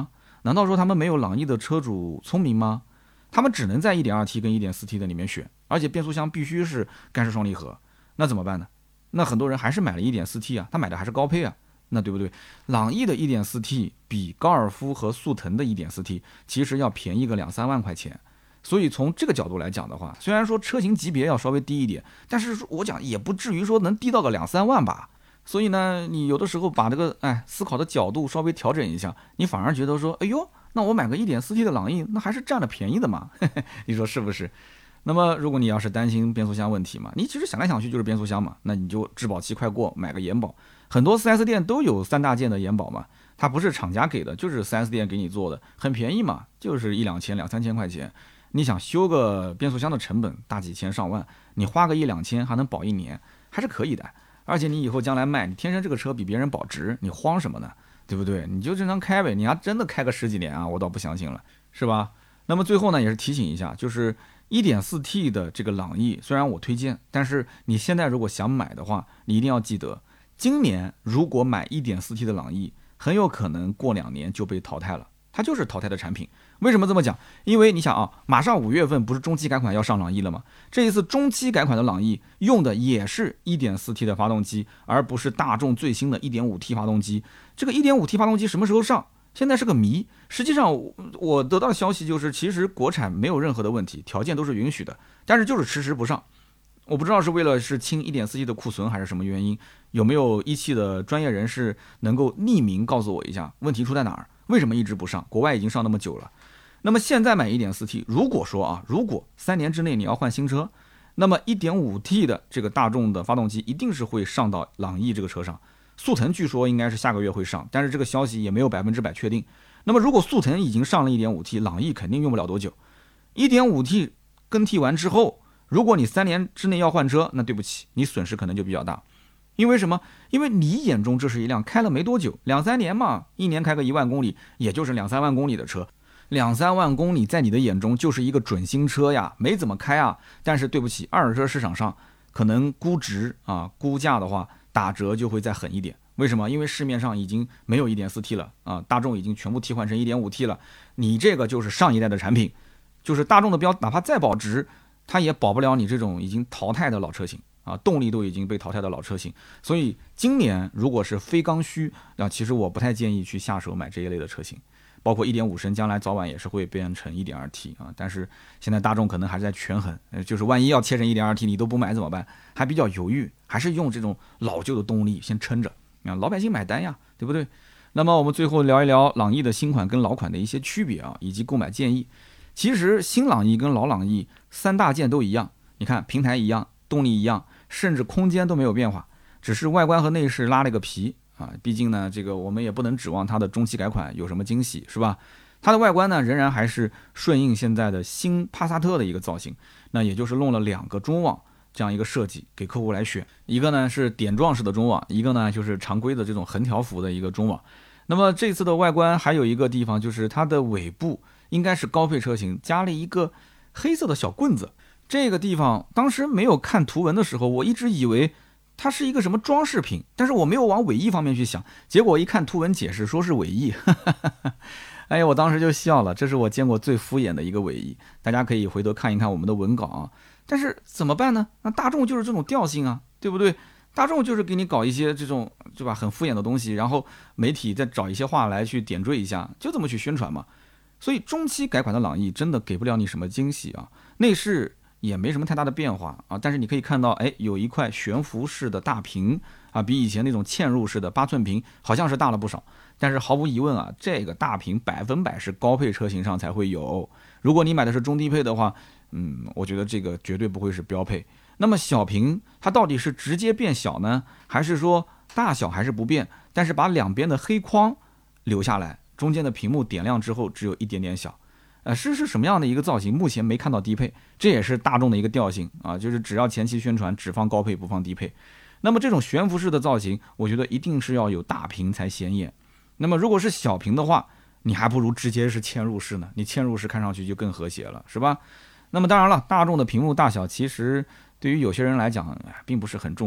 难道说他们没有朗逸的车主聪明吗？他们只能在 一点二 T 跟 一点四 T 的里面选，而且变速箱必须是干式双离合，那怎么办呢？那很多人还是买了 一点四 T 啊，他买的还是高配啊，那对不对？朗逸的 一点四 T 比高尔夫和速腾的 一点四 T 其实要便宜个两三万块钱，所以从这个角度来讲的话，虽然说车型级别要稍微低一点，但是我讲也不至于说能低到个两三万吧。所以呢，你有的时候把这个哎思考的角度稍微调整一下，你反而觉得说，哎呦，那我买个 一点四 T 的朗逸，那还是占了便宜的嘛，嘿嘿，你说是不是？那么如果你要是担心变速箱问题嘛，你其实想来想去就是变速箱嘛，那你就质保期快过，买个延保。很多 四 S 店都有三大件的延保嘛，它不是厂家给的，就是 四 S 店给你做的，很便宜嘛，就是一两千、两三千块钱。你想修个变速箱的成本大几千上万，你花个一两千还能保一年，还是可以的。而且你以后将来卖，你天生这个车比别人保值，你慌什么呢？对不对？你就正常开呗，你还真的开个十几年啊，我倒不相信了，是吧？那么最后呢，也是提醒一下，就是 一点四 T 的这个朗逸，虽然我推荐，但是你现在如果想买的话，你一定要记得，今年如果买 一点四 T 的朗逸，很有可能过两年就被淘汰了，它就是淘汰的产品。为什么这么讲？因为你想啊，马上五月份不是中期改款要上朗逸了吗？这一次中期改款的朗逸用的也是 一点四 T 的发动机，而不是大众最新的 一点五 T 发动机。这个 一点五 T 发动机什么时候上？现在是个谜。实际上我得到的消息就是，其实国产没有任何的问题，条件都是允许的，但是就是迟迟不上。我不知道是为了是清 一点四 T 的库存还是什么原因，有没有一汽的专业人士能够匿名告诉我一下问题出在哪儿？为什么一直不上？国外已经上那么久了。那么现在买 一点四 T， 如果说啊，如果三年之内你要换新车，那么 一点五 T 的这个大众的发动机一定是会上到朗逸这个车上。速腾据说应该是下个月会上，但是这个消息也没有百分之百确定。那么如果速腾已经上了 一点五 T， 朗逸肯定用不了多久。一点五 T 更替完之后，如果你三年之内要换车，那对不起，你损失可能就比较大。因为什么？因为你眼中这是一辆开了没多久，两三年嘛，一年开个一万公里，也就是两三万公里的车。两三万公里在你的眼中就是一个准新车呀，没怎么开啊。但是对不起，二手车市场上可能估值啊估价的话，打折就会再狠一点。为什么？因为市面上已经没有 一点四 T 了啊，大众已经全部替换成 一点五 T 了。你这个就是上一代的产品，就是大众的标，哪怕再保值，它也保不了你这种已经淘汰的老车型啊，动力都已经被淘汰的老车型。所以今年如果是非刚需啊，其实我不太建议去下手买这一类的车型。包括 一点五 升将来早晚也是会变成 一点二 T 啊，但是现在大众可能还是在权衡，就是万一要切成 一点二 T 你都不买怎么办？还比较犹豫，还是用这种老旧的动力先撑着啊，老百姓买单呀，对不对？那么我们最后聊一聊朗逸的新款跟老款的一些区别啊，以及购买建议。其实新朗逸跟老朗逸三大件都一样，你看平台一样，动力一样，甚至空间都没有变化，只是外观和内饰拉了个皮啊，毕竟呢，这个我们也不能指望它的中期改款有什么惊喜，是吧？它的外观呢，仍然还是顺应现在的新帕萨特的一个造型，那也就是弄了两个中网这样一个设计给客户来选，一个呢是点状式的中网，一个呢就是常规的这种横条幅的一个中网。那么这次的外观还有一个地方就是它的尾部应该是高配车型加了一个黑色的小棍子，这个地方当时没有看图文的时候，我一直以为它是一个什么装饰品，但是我没有往尾翼方面去想，结果一看图文解释说是尾翼，哎呀，我当时就笑了，这是我见过最敷衍的一个尾翼，大家可以回头看一看我们的文稿啊。但是怎么办呢？那大众就是这种调性啊，对不对？大众就是给你搞一些这种对吧，很敷衍的东西，然后媒体再找一些话来去点缀一下，就这么去宣传嘛。所以中期改款的朗逸真的给不了你什么惊喜啊，内饰也没什么太大的变化啊，但是你可以看到，哎，有一块悬浮式的大屏啊，比以前那种嵌入式的八寸屏好像是大了不少。但是毫无疑问啊，这个大屏百分百是高配车型上才会有。如果你买的是中低配的话，嗯，我觉得这个绝对不会是标配。那么小屏它到底是直接变小呢，还是说大小还是不变，但是把两边的黑框留下来，中间的屏幕点亮之后只有一点点小？呃，是是什么样的一个造型？目前没看到低配，这也是大众的一个调性啊，就是只要前期宣传只放高配不放低配。那么这种悬浮式的造型，我觉得一定是要有大屏才显眼。那么如果是小屏的话，你还不如直接是嵌入式呢，你嵌入式看上去就更和谐了，是吧？那么当然了，大众的屏幕大小其实对于有些人来讲并不是很重要，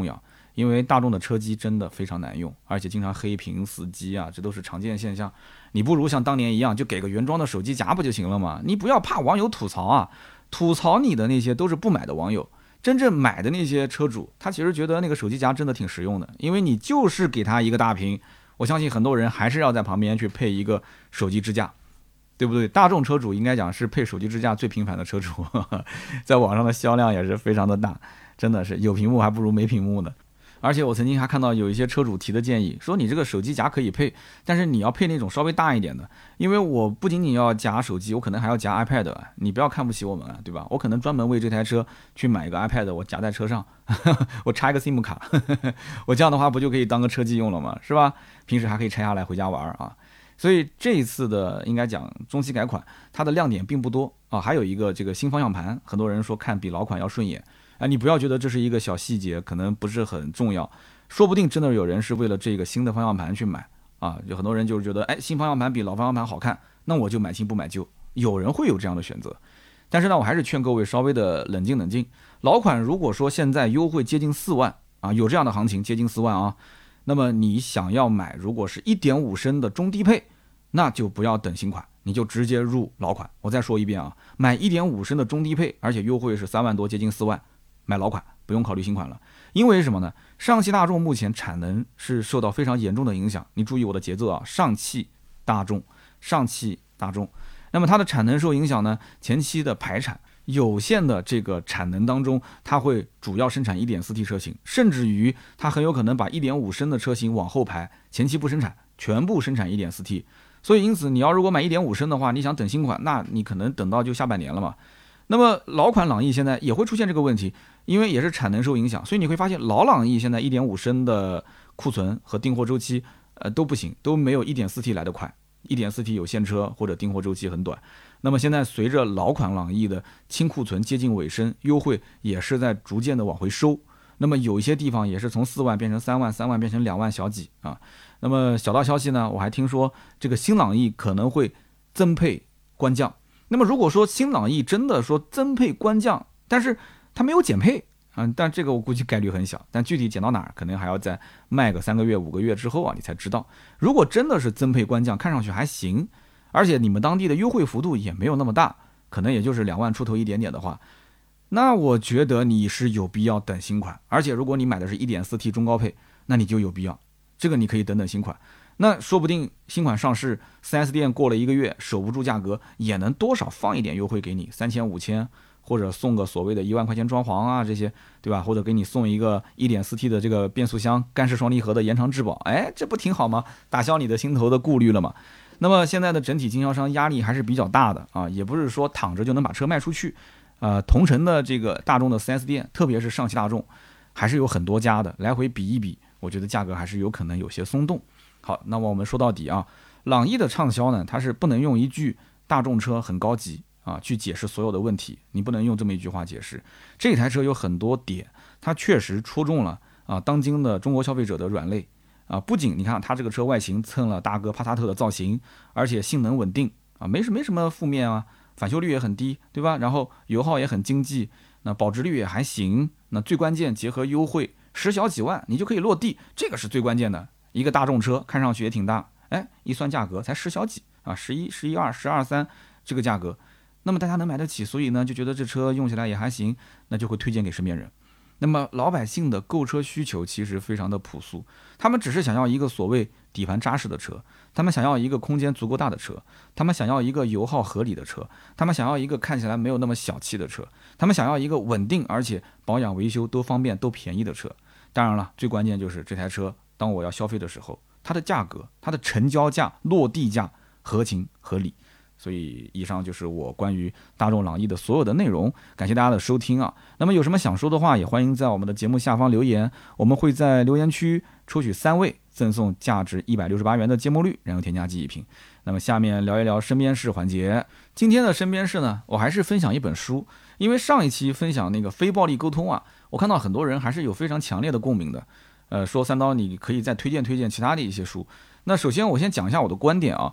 因为大众的车机真的非常难用，而且经常黑屏死机啊，这都是常见现象。你不如像当年一样，就给个原装的手机夹不就行了吗？你不要怕网友吐槽啊，吐槽你的那些都是不买的网友，真正买的那些车主，他其实觉得那个手机夹真的挺实用的，因为你就是给他一个大屏，我相信很多人还是要在旁边去配一个手机支架，对不对？大众车主应该讲是配手机支架最频繁的车主，呵呵，在网上的销量也是非常的大，真的是有屏幕还不如没屏幕呢。而且我曾经还看到有一些车主提的建议，说你这个手机夹可以配，但是你要配那种稍微大一点的，因为我不仅仅要夹手机，我可能还要夹 iPad， 你不要看不起我们啊，对吧？我可能专门为这台车去买一个 iPad， 我夹在车上，呵呵，我插一个 SIM 卡，呵呵，我这样的话不就可以当个车机用了吗？是吧？平时还可以拆下来回家玩啊。所以这一次的应该讲中期改款，它的亮点并不多啊，还有一个这个新方向盘，很多人说看比老款要顺眼。啊，你不要觉得这是一个小细节，可能不是很重要，说不定真的有人是为了这个新的方向盘去买啊。有很多人就是觉得，哎，新方向盘比老方向盘好看，那我就买新不买旧。有人会有这样的选择，但是呢，我还是劝各位稍微的冷静冷静。老款如果说现在优惠接近四万啊，有这样的行情接近四万啊，那么你想要买，如果是 一点五 升的中低配，那就不要等新款，你就直接入老款。我再说一遍啊，买 一点五 升的中低配，而且优惠是三万多，接近四万。买老款不用考虑新款了，因为什么呢？上汽大众目前产能是受到非常严重的影响。你注意我的节奏啊，上汽大众，上汽大众。那么它的产能受影响呢，前期的排产有限的这个产能当中，它会主要生产 一点四 T 车型，甚至于它很有可能把 一点五 升的车型往后排，前期不生产，全部生产 一点四 T。所以因此你要如果买 一点五 升的话，你想等新款，那你可能等到就下半年了嘛。那么老款朗逸现在也会出现这个问题，因为也是产能受影响，所以你会发现老朗逸现在 一点五 升的库存和订货周期呃都不行，都没有 一点四 T 来得快， 一点四 T 有现车或者订货周期很短。那么现在随着老款朗逸的清库存接近尾声，优惠也是在逐渐的往回收，那么有一些地方也是从四万变成三万，三万变成两万小几啊。那么小道消息呢，我还听说这个新朗逸可能会增配官降。那么如果说新朗逸真的说增配官降，但是它没有减配啊，但这个我估计概率很小，但具体减到哪儿，可能还要再卖个三个月五个月之后啊，你才知道。如果真的是增配官降，看上去还行，而且你们当地的优惠幅度也没有那么大，可能也就是两万出头一点点的话，那我觉得你是有必要等新款。而且如果你买的是 一点四 T 中高配，那你就有必要，这个你可以等等新款。那说不定新款上市 四 S 店过了一个月守不住价格，也能多少放一点优惠给你，三千五千，或者送个所谓的一万块钱装潢啊，这些对吧？或者给你送一个 一点四 T 的这个变速箱干式双离合的延长质保，哎，这不挺好吗？打消你的心头的顾虑了嘛。那么现在的整体经销商压力还是比较大的啊，也不是说躺着就能把车卖出去。呃，同城的这个大众的 四 S 店，特别是上汽大众，还是有很多家的，来回比一比，我觉得价格还是有可能有些松动。好，那么我们说到底啊，朗逸的畅销呢，它是不能用一句大众车很高级啊去解释所有的问题，你不能用这么一句话解释。这台车有很多点，它确实戳中了啊当今的中国消费者的软肋啊。不仅你看它这个车外形蹭了大哥帕萨特的造型，而且性能稳定啊，没什没什么负面啊，返修率也很低，对吧？然后油耗也很经济，那保值率也还行。那最关键结合优惠，十小几万你就可以落地，这个是最关键的。一个大众车看上去也挺大，哎，一算价格才十小几啊，十一、十一二、十二三这个价格，那么大家能买得起，所以呢就觉得这车用起来也还行，那就会推荐给身边人。那么老百姓的购车需求其实非常的朴素，他们只是想要一个所谓底盘扎实的车，他们想要一个空间足够大的车，他们想要一个油耗合理的车，他们想要一个看起来没有那么小气的车，他们想要一个稳定而且保养维修都方便都便宜的车。当然了，最关键就是这台车当我要消费的时候，它的价格，它的成交价、落地价合情合理。所以以上就是我关于大众朗逸的所有的内容，感谢大家的收听啊。那么有什么想说的话，也欢迎在我们的节目下方留言，我们会在留言区抽取三位赠送价值一百六十八元的芥末绿燃油添加剂一瓶。那么下面聊一聊身边事环节。今天的身边事呢，我还是分享一本书，因为上一期分享那个非暴力沟通啊，我看到很多人还是有非常强烈的共鸣的。呃，说三刀你可以再推荐推荐其他的一些书。那首先我先讲一下我的观点啊。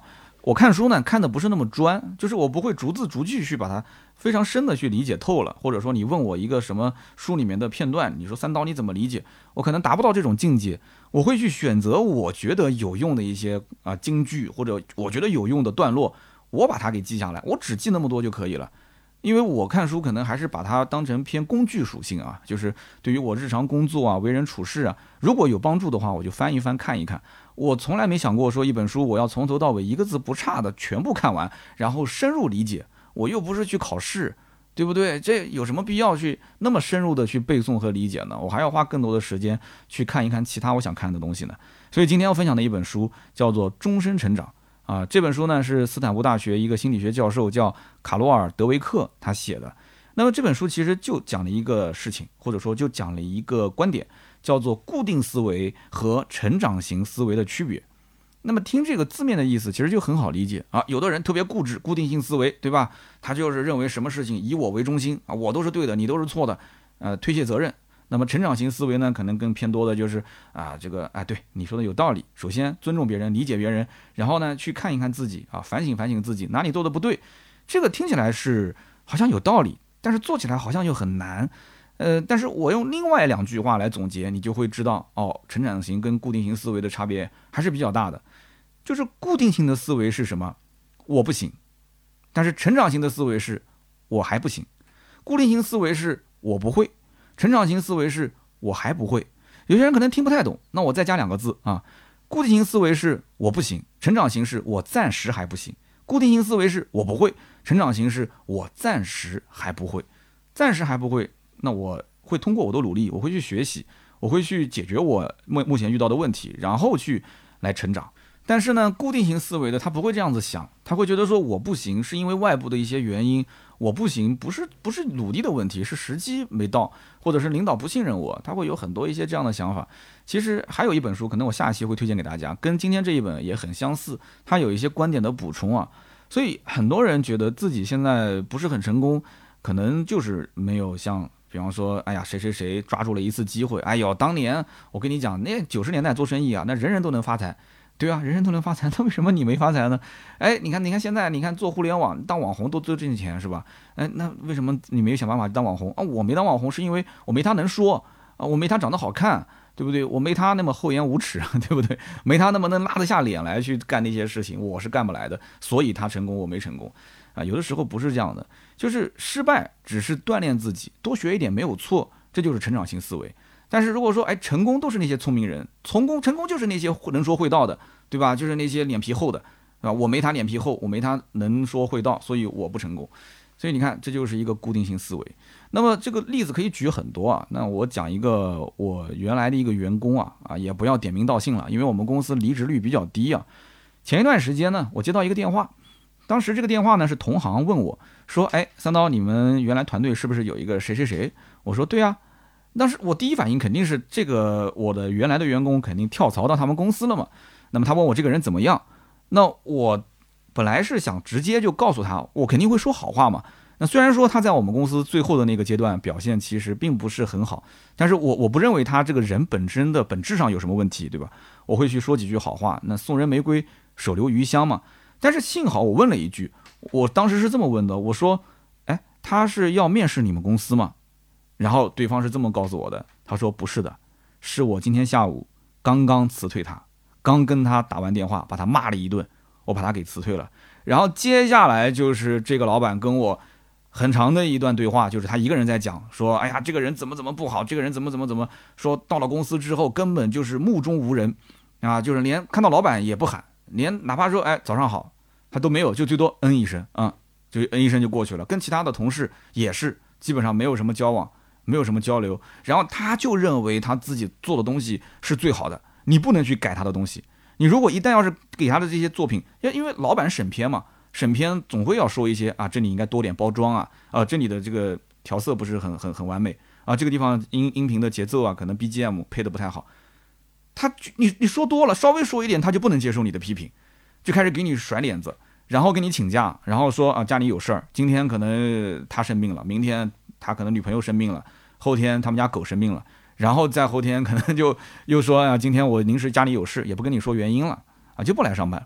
我看书呢看的不是那么专，就是我不会逐字逐句去把它非常深的去理解透了，或者说你问我一个什么书里面的片段，你说三刀你怎么理解，我可能达不到这种境界。我会去选择我觉得有用的一些啊金句，或者我觉得有用的段落，我把它给记下来，我只记那么多就可以了。因为我看书可能还是把它当成偏工具属性啊，就是对于我日常工作啊、为人处事啊，如果有帮助的话，我就翻一翻看一看。我从来没想过说一本书我要从头到尾一个字不差的全部看完，然后深入理解。我又不是去考试，对不对？这有什么必要去那么深入的去背诵和理解呢？我还要花更多的时间去看一看其他我想看的东西呢。所以今天要分享的一本书叫做《终身成长》。啊，这本书呢是斯坦福大学一个心理学教授叫卡罗尔·德维克他写的。那么这本书其实就讲了一个事情，或者说就讲了一个观点，叫做固定思维和成长型思维的区别。那么听这个字面的意思，其实就很好理解啊。有的人特别固执，固定性思维，对吧？他就是认为什么事情以我为中心啊，我都是对的，你都是错的，呃，推卸责任。那么成长型思维呢，可能更偏多的就是啊，这个哎，对你说的有道理。首先尊重别人，理解别人，然后呢去看一看自己啊，反省反省自己哪里做的不对。这个听起来是好像有道理，但是做起来好像又很难。呃，但是我用另外两句话来总结，你就会知道哦，成长型跟固定型思维的差别还是比较大的。就是固定型的思维是什么？我不行。但是成长型的思维是我还不行。固定型思维是我不会。成长型思维是我还不会，有些人可能听不太懂，那我再加两个字啊，固定型思维是我不行，成长型是我暂时还不行。固定型思维是我不会，成长型是我暂时还不会。暂时还不会，那我会通过我的努力，我会去学习，我会去解决我目目前遇到的问题，然后去来成长。但是呢，固定型思维的他不会这样子想，他会觉得说我不行是因为外部的一些原因，我不行不是不是努力的问题，是时机没到，或者是领导不信任我，他会有很多一些这样的想法。其实还有一本书，可能我下期会推荐给大家，跟今天这一本也很相似，它有一些观点的补充啊。所以很多人觉得自己现在不是很成功，可能就是没有像比方说，哎呀，谁谁谁抓住了一次机会，哎呦，当年我跟你讲，那九十年代做生意啊，那人人都能发财。对啊，人人都能发财，那为什么你没发财呢？哎，你看，你看现在，你看做互联网当网红都都挣钱是吧？哎，那为什么你没有想办法当网红啊？我没当网红是因为我没他能说啊，我没他长得好看，对不对？我没他那么厚颜无耻，对不对？没他那么能拉得下脸来去干那些事情，我是干不来的。所以他成功，我没成功啊。有的时候不是这样的，就是失败只是锻炼自己，多学一点没有错，这就是成长型思维。但是如果说哎，成功都是那些聪明人，成功成功就是那些能说会道的，对吧？就是那些脸皮厚的，对吧？我没他脸皮厚，我没他能说会道，所以我不成功。所以你看，这就是一个固定性思维。那么这个例子可以举很多啊。那我讲一个我原来的一个员工啊，啊也不要点名道姓了，因为我们公司离职率比较低啊。前一段时间呢，我接到一个电话，当时这个电话呢是同行问我说，哎，三刀，你们原来团队是不是有一个谁谁谁？我说对啊。但是我第一反应肯定是这个我的原来的员工肯定跳槽到他们公司了嘛。那么他问我这个人怎么样，那我本来是想直接就告诉他，我肯定会说好话嘛。那虽然说他在我们公司最后的那个阶段表现其实并不是很好，但是我我不认为他这个人本身的本质上有什么问题，对吧？我会去说几句好话，那送人玫瑰手留余香嘛。但是幸好我问了一句，我当时是这么问的，我说，哎，他是要面试你们公司吗？然后对方是这么告诉我的，他说不是的，是我今天下午刚刚辞退他，刚跟他打完电话，把他骂了一顿，我把他给辞退了。然后接下来就是这个老板跟我很长的一段对话，就是他一个人在讲，说哎呀，这个人怎么怎么不好，这个人怎么怎么怎么，说到了公司之后根本就是目中无人啊，就是连看到老板也不喊，连哪怕说哎早上好他都没有，就最多嗯一声啊、嗯，就嗯一声就过去了。跟其他的同事也是基本上没有什么交往，没有什么交流，然后他就认为他自己做的东西是最好的，你不能去改他的东西。你如果一旦要是给他的这些作品，因为老板审片嘛，审片总会要说一些啊，这里应该多点包装啊，啊，这里的这个调色不是很很很完美啊，这个地方音音频的节奏啊，可能 B G M 配的不太好。他你你说多了，稍微说一点，他就不能接受你的批评，就开始给你甩脸子，然后跟你请假，然后说啊家里有事儿，今天可能他生病了，明天他可能女朋友生病了，后天他们家狗生病了，然后再后天可能就又说啊今天我临时家里有事，也不跟你说原因了啊，就不来上班。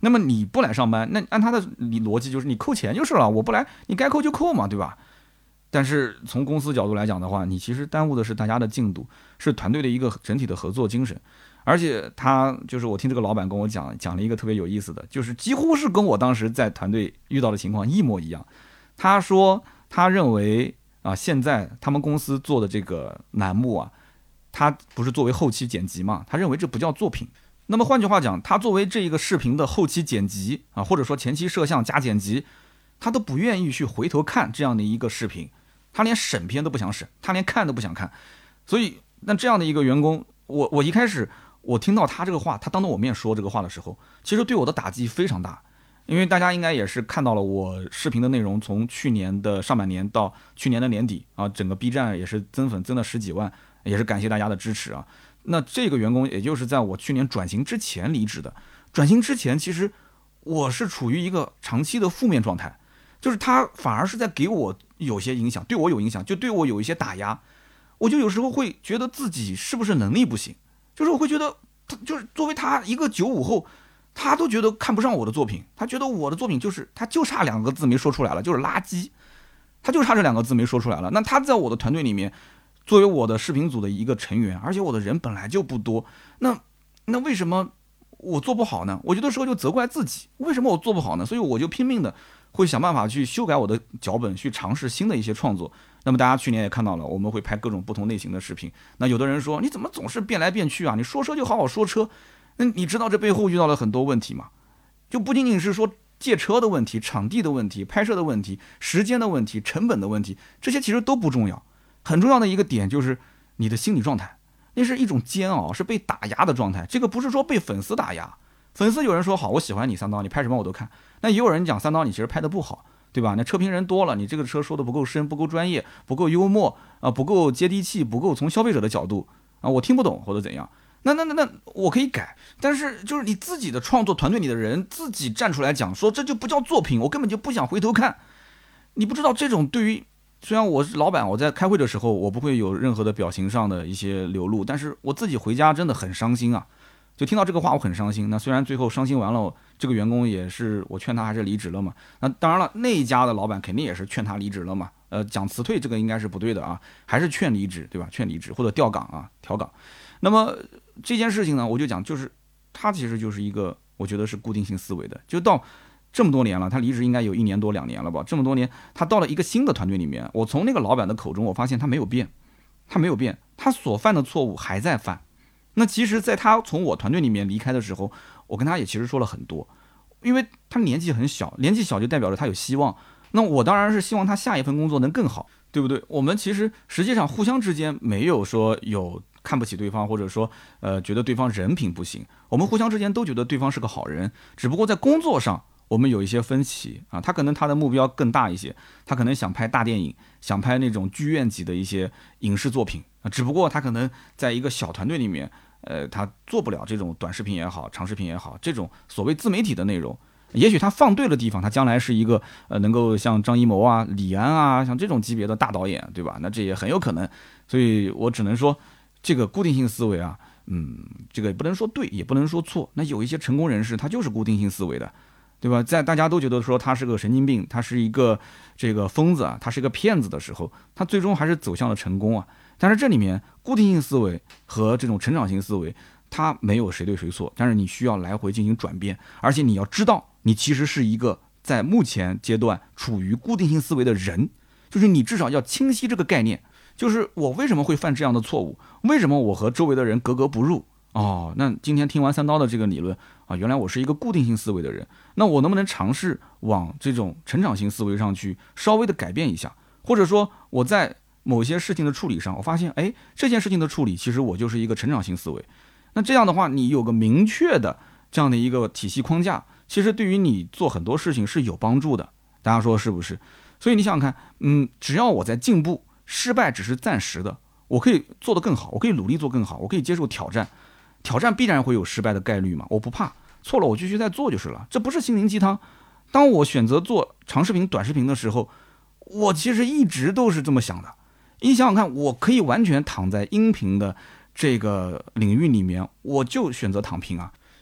那么你不来上班，那按他的你逻辑就是你扣钱就是了，我不来，你该扣就扣嘛，对吧？但是从公司角度来讲的话，你其实耽误的是大家的进度，是团队的一个整体的合作精神。而且他就是我听这个老板跟我讲讲了一个特别有意思的，就是几乎是跟我当时在团队遇到的情况一模一样。他说他认为啊，现在他们公司做的这个栏目啊，他不是作为后期剪辑嘛，他认为这不叫作品。那么换句话讲，他作为这一个视频的后期剪辑啊，或者说前期摄像加剪辑，他都不愿意去回头看这样的一个视频。他连审片都不想审，他连看都不想看，所以那这样的一个员工，我我一开始我听到他这个话，他当着我面说这个话的时候，其实对我的打击非常大，因为大家应该也是看到了我视频的内容，从去年的上半年到去年的年底啊，整个 B 站也是增粉增了十几万，也是感谢大家的支持啊。那这个员工也就是在我去年转型之前离职的，转型之前其实我是处于一个长期的负面状态。就是他反而是在给我有些影响，对我有影响，就对我有一些打压。我就有时候会觉得自己是不是能力不行，就是我会觉得他就是作为他一个九五后，他都觉得看不上我的作品，他觉得我的作品就是他就差两个字没说出来了，就是垃圾，他就差这两个字没说出来了。那他在我的团队里面，作为我的视频组的一个成员，而且我的人本来就不多，那那为什么我做不好呢？我有的时候就责怪自己，为什么我做不好呢？所以我就拼命的会想办法去修改我的脚本，去尝试新的一些创作。那么大家去年也看到了，我们会拍各种不同类型的视频。那有的人说，你怎么总是变来变去啊？你说车就好好说车。那你知道这背后遇到了很多问题吗？就不仅仅是说借车的问题、场地的问题、拍摄的问题、时间的问题、成本的问题，这些其实都不重要。很重要的一个点就是你的心理状态，那是一种煎熬，是被打压的状态。这个不是说被粉丝打压，粉丝有人说好，我喜欢你三刀，你拍什么我都看。那也有人讲三刀你其实拍的不好，对吧？那车评人多了，你这个车说的不够深，不够专业，不够幽默啊，不够接地气，不够从消费者的角度啊，我听不懂或者怎样。那那那那我可以改，但是就是你自己的创作团队里的人自己站出来讲说这就不叫作品，我根本就不想回头看。你不知道这种对于虽然我是老板，我在开会的时候我不会有任何的表情上的一些流露，但是我自己回家真的很伤心啊。就听到这个话我很伤心。那虽然最后伤心完了，这个员工也是我劝他还是离职了嘛。那当然了，那一家的老板肯定也是劝他离职了嘛。呃，讲辞退这个应该是不对的啊，还是劝离职，对吧？劝离职或者调岗啊，调岗。那么这件事情呢，我就讲，就是他其实就是一个，我觉得是固定性思维的。就到这么多年了，他离职应该有一年多两年了吧？这么多年，他到了一个新的团队里面，我从那个老板的口中，我发现他没有变，他没有变，他所犯的错误还在犯。那其实在他从我团队里面离开的时候，我跟他也其实说了很多，因为他年纪很小，年纪小就代表着他有希望。那我当然是希望他下一份工作能更好，对不对？我们其实实际上互相之间没有说有看不起对方，或者说呃觉得对方人品不行，我们互相之间都觉得对方是个好人，只不过在工作上我们有一些分歧啊。他可能他的目标更大一些，他可能想拍大电影，想拍那种剧院级的一些影视作品啊，只不过他可能在一个小团队里面。呃，他做不了这种短视频也好，长视频也好，这种所谓自媒体的内容，也许他放对了地方，他将来是一个呃，能够像张艺谋啊、李安啊，像这种级别的大导演，对吧？那这也很有可能。所以我只能说，这个固定性思维啊，嗯，这个也不能说对，也不能说错。那有一些成功人士，他就是固定性思维的，对吧？在大家都觉得说他是个神经病，他是一个这个疯子啊，他是一个骗子的时候，他最终还是走向了成功啊。但是这里面固定性思维和这种成长型思维，它没有谁对谁错，但是你需要来回进行转变，而且你要知道，你其实是一个在目前阶段处于固定性思维的人，就是你至少要清晰这个概念，就是我为什么会犯这样的错误，为什么我和周围的人格格不入。哦，那今天听完三刀的这个理论啊，原来我是一个固定性思维的人，那我能不能尝试往这种成长型思维上去稍微的改变一下，或者说我在某些事情的处理上，我发现，哎，这件事情的处理，其实我就是一个成长型思维。那这样的话，你有个明确的这样的一个体系框架，其实对于你做很多事情是有帮助的。大家说是不是？所以你想想看，嗯，只要我在进步，失败只是暂时的，我可以做得更好，我可以努力做更好，我可以接受挑战，挑战必然会有失败的概率嘛，我不怕，错了我继续再做就是了。这不是心灵鸡汤。当我选择做长视频、短视频的时候，我其实一直都是这么想的。你想想看，我可以完全躺在音频的这个领域里面，我就选择躺平啊，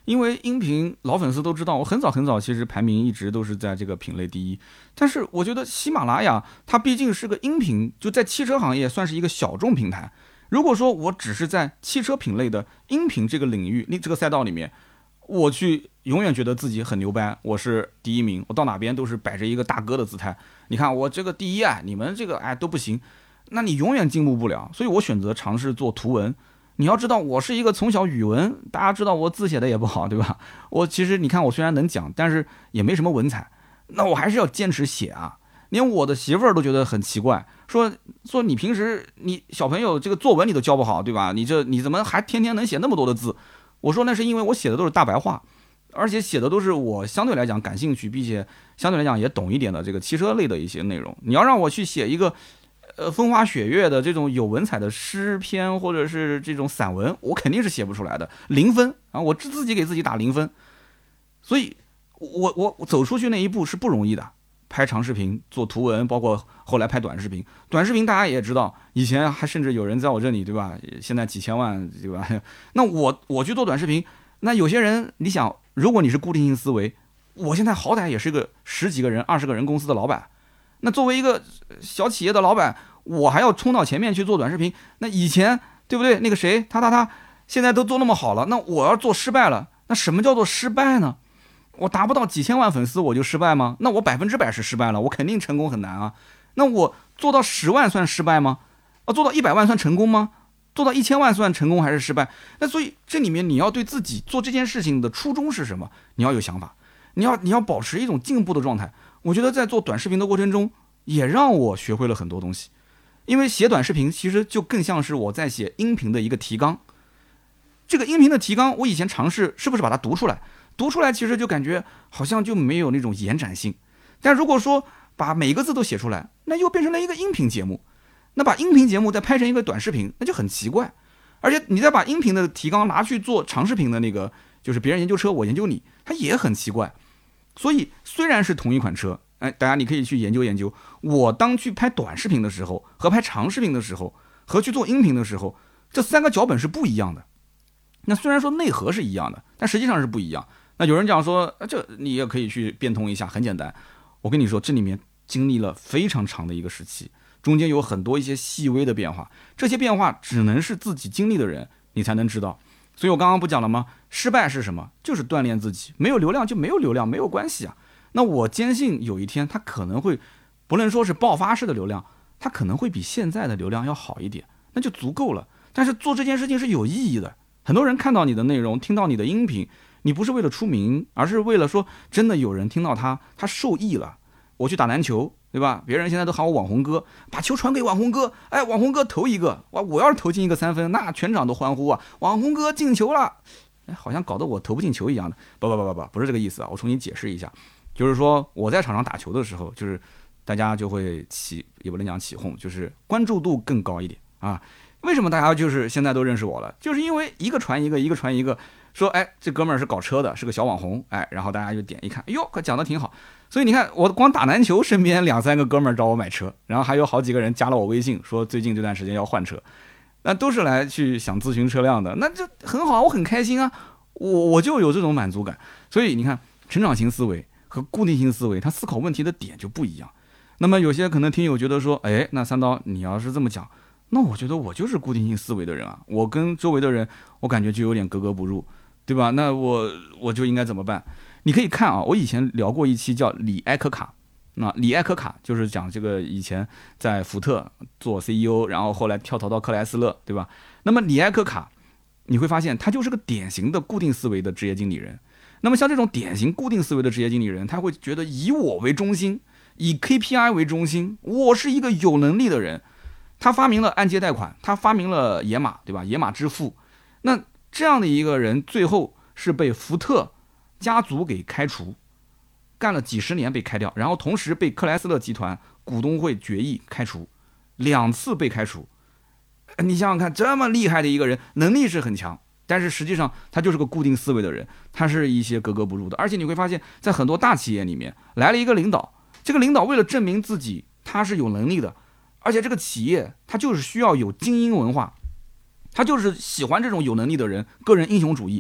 因为音频老粉丝都知道，我很早很早其实排名一直都是在这个品类第一。但是我觉得喜马拉雅它毕竟是个音频，就在汽车行业算是一个小众平台。如果说我只是在汽车品类的音频这个领域，这个赛道里面，我去永远觉得自己很牛掰，我是第一名，我到哪边都是摆着一个大哥的姿态。你看我这个第一啊，你们这个哎都不行，那你永远进步不了。所以我选择尝试做图文。你要知道，我是一个从小语文，大家知道我字写的也不好，对吧？我其实你看，我虽然能讲，但是也没什么文采，那我还是要坚持写啊。连我的媳妇儿都觉得很奇怪，说说你平时你小朋友这个作文你都教不好，对吧？你这你怎么还天天能写那么多的字？我说那是因为我写的都是大白话，而且写的都是我相对来讲感兴趣，并且相对来讲也懂一点的这个汽车类的一些内容。你要让我去写一个呃，风花雪月的这种有文采的诗篇或者是这种散文，我肯定是写不出来的，零分啊！我自己给自己打零分。所以我我我走出去那一步是不容易的。拍长视频、做图文，包括后来拍短视频。短视频大家也知道，以前还甚至有人在我这里，对吧？现在几千万，对吧？那我我去做短视频，那有些人，你想，如果你是固定性思维，我现在好歹也是个十几个人、二十个人公司的老板。那作为一个小企业的老板，我还要冲到前面去做短视频。那以前对不对？那个谁，他他他，现在都做那么好了，那我要做失败了，那什么叫做失败呢？我达不到几千万粉丝我就失败吗？那我百分之百是失败了，我肯定成功很难啊。那我做到十万算失败吗？啊，做到一百万算成功吗？做到一千万算成功还是失败？那所以这里面你要对自己做这件事情的初衷是什么？你要有想法，你要你要保持一种进步的状态。我觉得在做短视频的过程中，也让我学会了很多东西。因为写短视频其实就更像是我在写音频的一个提纲。这个音频的提纲，我以前尝试是不是把它读出来？读出来其实就感觉好像就没有那种延展性。但如果说把每个字都写出来，那又变成了一个音频节目。那把音频节目再拍成一个短视频，那就很奇怪。而且你再把音频的提纲拿去做长视频的那个，就是别人研究车，我研究你，它也很奇怪。所以虽然是同一款车，哎，大家你可以去研究研究。我当去拍短视频的时候，和拍长视频的时候，和去做音频的时候，这三个脚本是不一样的。那虽然说内核是一样的，但实际上是不一样。那有人讲说，这你也可以去变通一下，很简单。我跟你说，这里面经历了非常长的一个时期，中间有很多一些细微的变化，这些变化只能是自己经历的人你才能知道。所以我刚刚不讲了吗？失败是什么？就是锻炼自己。没有流量就没有流量，没有关系啊。那我坚信有一天它可能会，不能说是爆发式的流量，它可能会比现在的流量要好一点，那就足够了。但是做这件事情是有意义的。很多人看到你的内容，听到你的音频，你不是为了出名，而是为了说真的有人听到他，他受益了。我去打篮球，对吧？别人现在都喊我网红哥，把球传给网红哥，哎，网红哥投一个，哇，我要是投进一个三分，那全场都欢呼啊，网红哥进球了，哎，好像搞得我投不进球一样的。不不不不不，不是这个意思啊，我重新解释一下，就是说我在场上打球的时候，就是大家就会起，也不能讲起哄，就是关注度更高一点啊。为什么大家就是现在都认识我了？就是因为一个传一个，一个传一个，说哎，这哥们儿是搞车的，是个小网红，哎，然后大家就点一看，哎呦，可讲得挺好。所以你看，我光打篮球，身边两三个哥们儿找我买车，然后还有好几个人加了我微信，说最近这段时间要换车，那都是来去想咨询车辆的，那就很好，我很开心啊，我我就有这种满足感。所以你看，成长型思维和固定性思维，他思考问题的点就不一样。那么有些可能听友觉得说，哎，那三刀你要是这么讲，那我觉得我就是固定性思维的人啊，我跟周围的人，我感觉就有点格格不入，对吧？那我我就应该怎么办？你可以看啊，我以前聊过一期叫李埃科卡，那李埃科卡就是讲这个以前在福特做 C E O， 然后后来跳槽到克莱斯勒，对吧？那么李埃科卡，你会发现他就是个典型的固定思维的职业经理人。那么像这种典型固定思维的职业经理人，他会觉得以我为中心，以 K P I 为中心，我是一个有能力的人。他发明了按揭贷款，他发明了野马，对吧？野马支付。那这样的一个人，最后是被福特家族给开除，干了几十年被开掉，然后同时被克莱斯勒集团股东会决议开除，两次被开除。你想想看，这么厉害的一个人，能力是很强，但是实际上他就是个固定思维的人，他是一些格格不入的。而且你会发现在很多大企业里面来了一个领导，这个领导为了证明自己他是有能力的，而且这个企业他就是需要有精英文化，他就是喜欢这种有能力的人，个人英雄主义。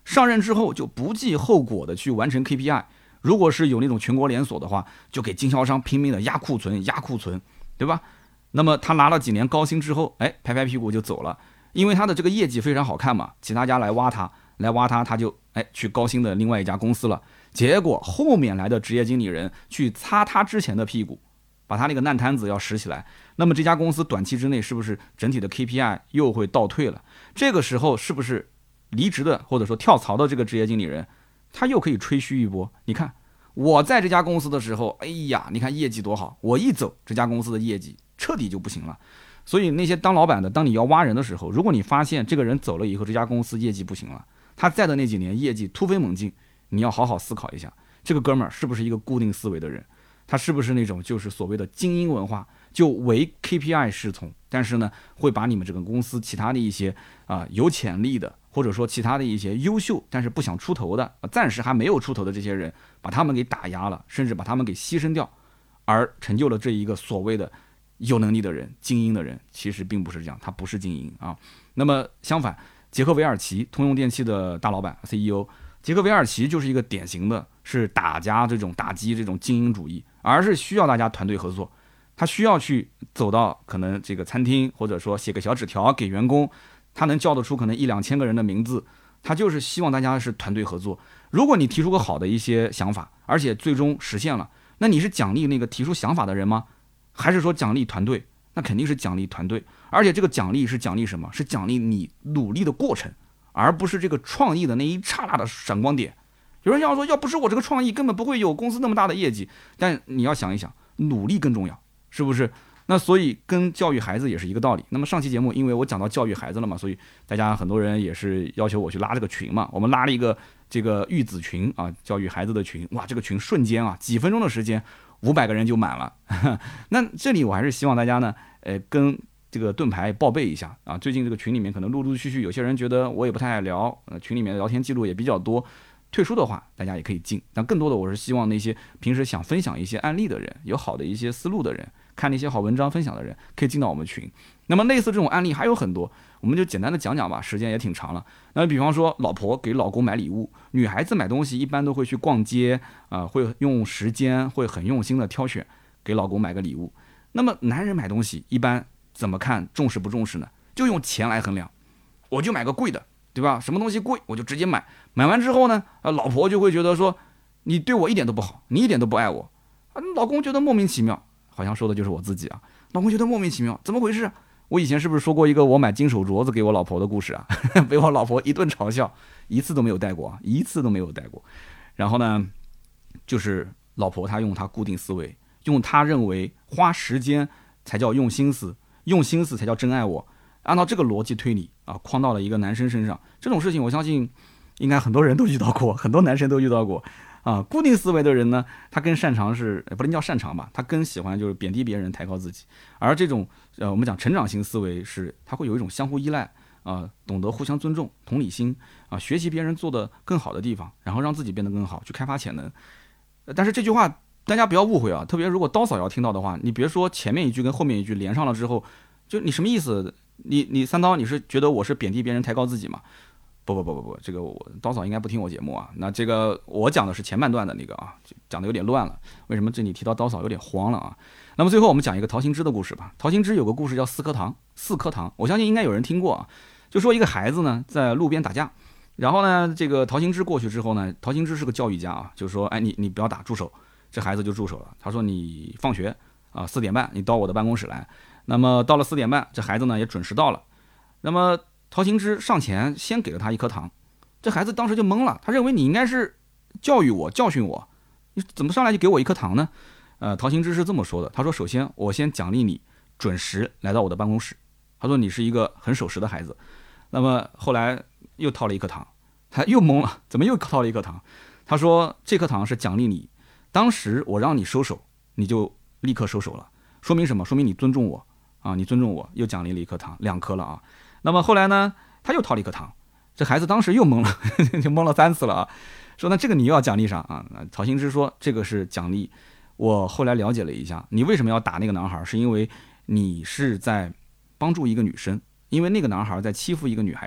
上任之后就不计后果的去完成 K P I。如果是有那种全国连锁的话，就给经销商拼命的压库存，压库存，对吧？那么他拿了几年高薪之后，哎，拍拍屁股就走了，因为他的这个业绩非常好看嘛，其他家来挖他，来挖他，他就哎去高薪的另外一家公司了。结果后面来的职业经理人去擦他之前的屁股，把他那个烂摊子要拾起来，那么这家公司短期之内是不是整体的 K P I 又会倒退了？这个时候是不是离职的或者说跳槽的这个职业经理人，他又可以吹嘘一波？你看我在这家公司的时候，哎呀，你看业绩多好，我一走，这家公司的业绩彻底就不行了。所以那些当老板的，当你要挖人的时候，如果你发现这个人走了以后，这家公司业绩不行了，他在的那几年业绩突飞猛进，你要好好思考一下，这个哥们儿是不是一个固定思维的人？他是不是那种就是所谓的精英文化，就唯 K P I 是从，但是呢，会把你们这个公司其他的一些啊、呃、有潜力的，或者说其他的一些优秀但是不想出头的，暂时还没有出头的这些人，把他们给打压了，甚至把他们给牺牲掉，而成就了这一个所谓的有能力的人、精英的人，其实并不是这样，他不是精英啊。那么相反，杰克韦尔奇，通用电气的大老板 C E O， 杰克韦尔奇就是一个典型的是打压这种打击这种精英主义，而是需要大家团队合作。他需要去走到可能这个餐厅，或者说写个小纸条给员工，他能叫得出可能一两千个人的名字，他就是希望大家是团队合作。如果你提出个好的一些想法，而且最终实现了，那你是奖励那个提出想法的人吗？还是说奖励团队？那肯定是奖励团队，而且这个奖励是奖励什么？是奖励你努力的过程，而不是这个创意的那一刹那的闪光点。有人要说，要不是我这个创意，根本不会有公司那么大的业绩。但你要想一想，努力更重要，是不是？那所以跟教育孩子也是一个道理。那么上期节目，因为我讲到教育孩子了嘛，所以大家很多人也是要求我去拉这个群嘛。我们拉了一个这个育子群啊，教育孩子的群。哇，这个群瞬间啊，几分钟的时间，五百个人就满了。那这里我还是希望大家呢，呃，跟这个盾牌报备一下啊。最近这个群里面可能陆陆续续有些人觉得我也不太爱聊，呃，群里面的聊天记录也比较多。退出的话，大家也可以进，但更多的我是希望那些平时想分享一些案例的人，有好的一些思路的人，看那些好文章分享的人，可以进到我们群。那么类似这种案例还有很多，我们就简单的讲讲吧，时间也挺长了。那比方说，老婆给老公买礼物，女孩子买东西一般都会去逛街啊、呃，会用时间，会很用心的挑选，给老公买个礼物。那么男人买东西一般怎么看重视不重视呢？就用钱来衡量，我就买个贵的。对吧？什么东西贵我就直接买，买完之后呢，呃，老婆就会觉得说，你对我一点都不好，你一点都不爱我，啊，老公觉得莫名其妙，好像说的就是我自己啊。老公觉得莫名其妙，怎么回事？我以前是不是说过一个我买金手镯子给我老婆的故事啊？被我老婆一顿嘲笑，一次都没有戴过啊，一次都没有戴过。然后呢，就是老婆她用她固定思维，用她认为花时间才叫用心思，用心思才叫真爱我。按照这个逻辑推理啊，框到了一个男生身上，这种事情我相信应该很多人都遇到过，很多男生都遇到过啊。固定思维的人呢，他更擅长是不能叫擅长吧，他更喜欢就是贬低别人，抬高自己。而这种呃，我们讲成长型思维是，他会有一种相互依赖啊，懂得互相尊重、同理心啊，学习别人做的更好的地方，然后让自己变得更好，去开发潜能。但是这句话大家不要误会啊，特别如果刀嫂要听到的话，你别说前面一句跟后面一句连上了之后，就你什么意思？你你三刀，你是觉得我是贬低别人抬高自己吗？不不不不不，这个我刀嫂应该不听我节目啊。那这个我讲的是前半段的那个啊，讲的有点乱了。为什么这里提到刀嫂有点慌了啊？那么最后我们讲一个陶行知的故事吧。陶行知有个故事叫四颗糖，四颗糖，我相信应该有人听过啊。就说一个孩子呢在路边打架，然后呢这个陶行知过去之后呢，陶行知是个教育家啊，就说哎你你不要打，住手。这孩子就住手了。他说你放学啊四点半你到我的办公室来。那么到了四点半，这孩子呢也准时到了。那么陶行知上前先给了他一颗糖，这孩子当时就懵了，他认为你应该是教育我、教训我，你怎么上来就给我一颗糖呢？呃，陶行知是这么说的，他说：首先我先奖励你准时来到我的办公室，他说你是一个很守时的孩子。那么后来又掏了一颗糖，他又懵了，怎么又掏了一颗糖？他说这颗糖是奖励你，当时我让你收手，你就立刻收手了，说明什么？说明你尊重我。啊，你尊重我，又奖励了一颗糖，两颗了啊。那么后来呢，他又掏了一颗糖，这孩子当时又懵了，就懵了三次了啊。说那这个你又要奖励啥啊？陶行知说这个是奖励。我后来了解了一下，你为什么要打那个男孩？是因为你是在帮助一个女生，因为那个男孩在欺负一个女孩子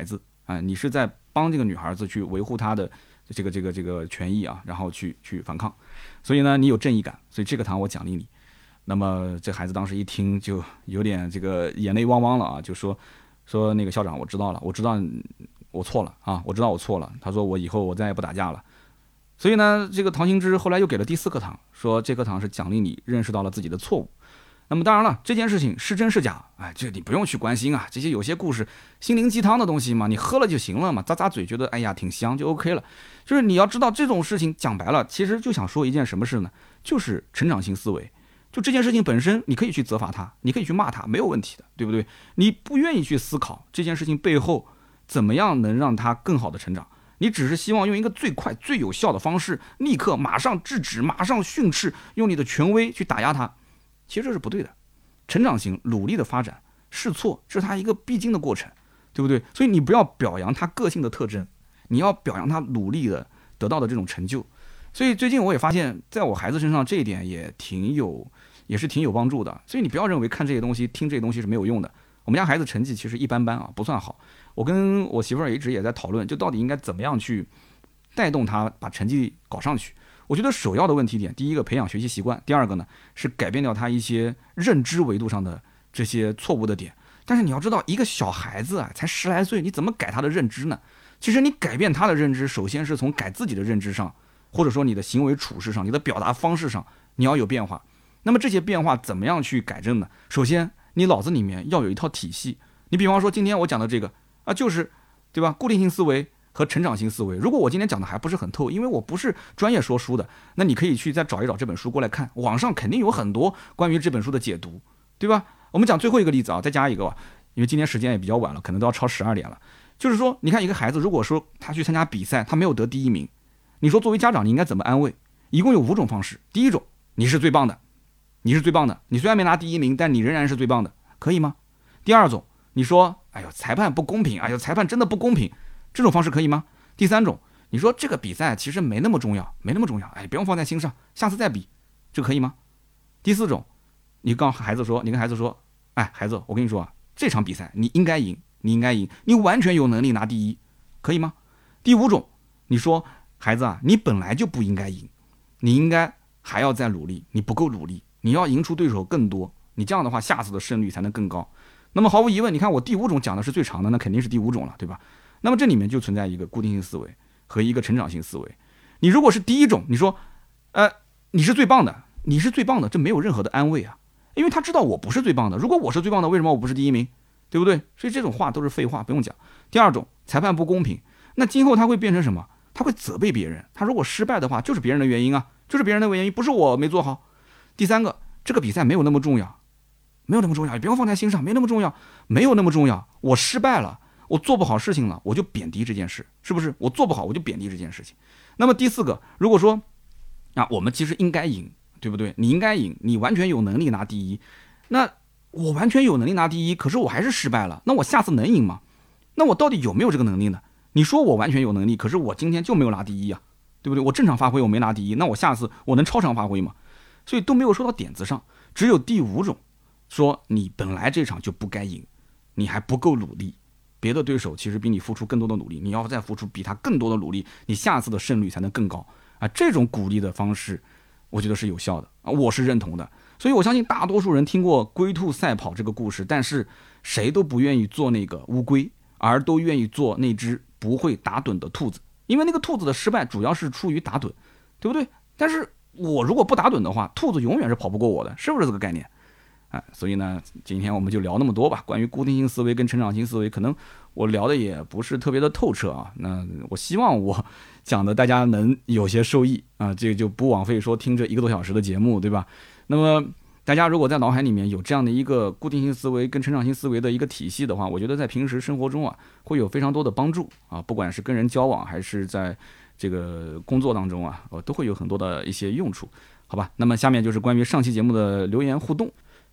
啊，你是在帮这个女孩子去维护她的这个这个这个权益啊，然后去去反抗，所以呢，你有正义感，所以这个糖我奖励你。那么这孩子当时一听就有点这个眼泪汪汪了啊，就说说那个校长，我知道了，我知道我错了啊，我知道我错了。他说我以后我再也不打架了。所以呢，这个唐行知后来又给了第四颗糖，说这颗糖是奖励你认识到了自己的错误。那么当然了，这件事情是真是假，哎，这你不用去关心啊。这些有些故事心灵鸡汤的东西嘛，你喝了就行了嘛，咂咂嘴觉得哎呀挺香就 OK 了。就是你要知道这种事情讲白了，其实就想说一件什么事呢？就是成长性思维。就这件事情本身，你可以去责罚他，你可以去骂他，没有问题的，对不对？你不愿意去思考这件事情背后怎么样能让他更好的成长，你只是希望用一个最快最有效的方式，立刻马上制止，马上训斥，用你的权威去打压他。其实这是不对的，成长型努力的发展，试错这是他一个必经的过程，对不对？所以你不要表扬他个性的特征，你要表扬他努力的得到的这种成就。所以最近我也发现，在我孩子身上这一点也挺有，也是挺有帮助的。所以你不要认为看这些东西、听这些东西是没有用的。我们家孩子成绩其实一般般啊，不算好。我跟我媳妇儿一直也在讨论，就到底应该怎么样去带动他把成绩搞上去。我觉得首要的问题点，第一个培养学习习惯，第二个呢是改变掉他一些认知维度上的这些错误的点。但是你要知道，一个小孩子啊，才十来岁，你怎么改他的认知呢？其实你改变他的认知，首先是从改自己的认知上，或者说你的行为处事上，你的表达方式上，你要有变化。那么这些变化怎么样去改正呢？首先，你脑子里面要有一套体系。你比方说，今天我讲的这个啊，就是对吧？固定性思维和成长性思维。如果我今天讲的还不是很透，因为我不是专业说书的，那你可以去再找一找这本书过来看，网上肯定有很多关于这本书的解读，对吧？我们讲最后一个例子啊，再加一个吧，因为今天时间也比较晚了，可能都要超十二点了。就是说，你看一个孩子，如果说他去参加比赛，他没有得第一名，你说作为家长你应该怎么安慰？一共有五种方式。第一种，你是最棒的，你是最棒的，你虽然没拿第一名，但你仍然是最棒的，可以吗？第二种，你说哎呦裁判不公平，哎呦裁判真的不公平，这种方式可以吗？第三种，你说这个比赛其实没那么重要，没那么重要，哎，不用放在心上，下次再比，这可以吗？第四种，你跟孩子说，你跟孩子说，哎，孩子，我跟你说啊，这场比赛你应该赢，你应该赢，你完全有能力拿第一，可以吗？第五种，你说孩子啊，你本来就不应该赢，你应该还要再努力，你不够努力，你要赢出对手更多，你这样的话下次的胜率才能更高。那么毫无疑问，你看我第五种讲的是最长的，那肯定是第五种了，对吧？那么这里面就存在一个固定性思维和一个成长性思维。你如果是第一种，你说呃你是最棒的，你是最棒的，这没有任何的安慰啊，因为他知道我不是最棒的，如果我是最棒的，为什么我不是第一名，对不对？所以这种话都是废话，不用讲。第二种，裁判不公平，那今后他会变成什么？他会责备别人，他如果失败的话，就是别人的原因啊，就是别人的原因，不是我没做好。第三个，这个比赛没有那么重要，没有那么重要，也不用放在心上，没那么重要，没有那么重要。我失败了，我做不好事情了，我就贬低这件事，是不是？我做不好，我就贬低这件事情。那么第四个，如果说啊，我们其实应该赢，对不对？你应该赢，你完全有能力拿第一。那我完全有能力拿第一，可是我还是失败了，那我下次能赢吗？那我到底有没有这个能力呢？你说我完全有能力，可是我今天就没有拿第一啊，对不对？我正常发挥我没拿第一，那我下次我能超常发挥吗？所以都没有说到点子上。只有第五种，说你本来这场就不该赢，你还不够努力，别的对手其实比你付出更多的努力，你要再付出比他更多的努力，你下次的胜率才能更高啊！这种鼓励的方式，我觉得是有效的啊，我是认同的。所以我相信大多数人听过龟兔赛跑这个故事，但是谁都不愿意做那个乌龟，而都愿意做那只不会打盹的兔子，因为那个兔子的失败主要是出于打盹，对不对？但是我如果不打盹的话，兔子永远是跑不过我的，是不是这个概念？啊，所以呢，今天我们就聊那么多吧。关于固定性思维跟成长性思维，可能我聊的也不是特别的透彻啊。那我希望我讲的大家能有些受益啊，这个就不枉费说听这一个多小时的节目，对吧？那么大家如果在脑海里面有这样的一个固定性思维跟成长性思维的一个体系的话，我觉得在平时生活中啊，会有非常多的帮助啊，不管是跟人交往还是在这个工作当中啊，都会有很多的一些用处，好吧？那么下面就是关于上期节目的留言互动。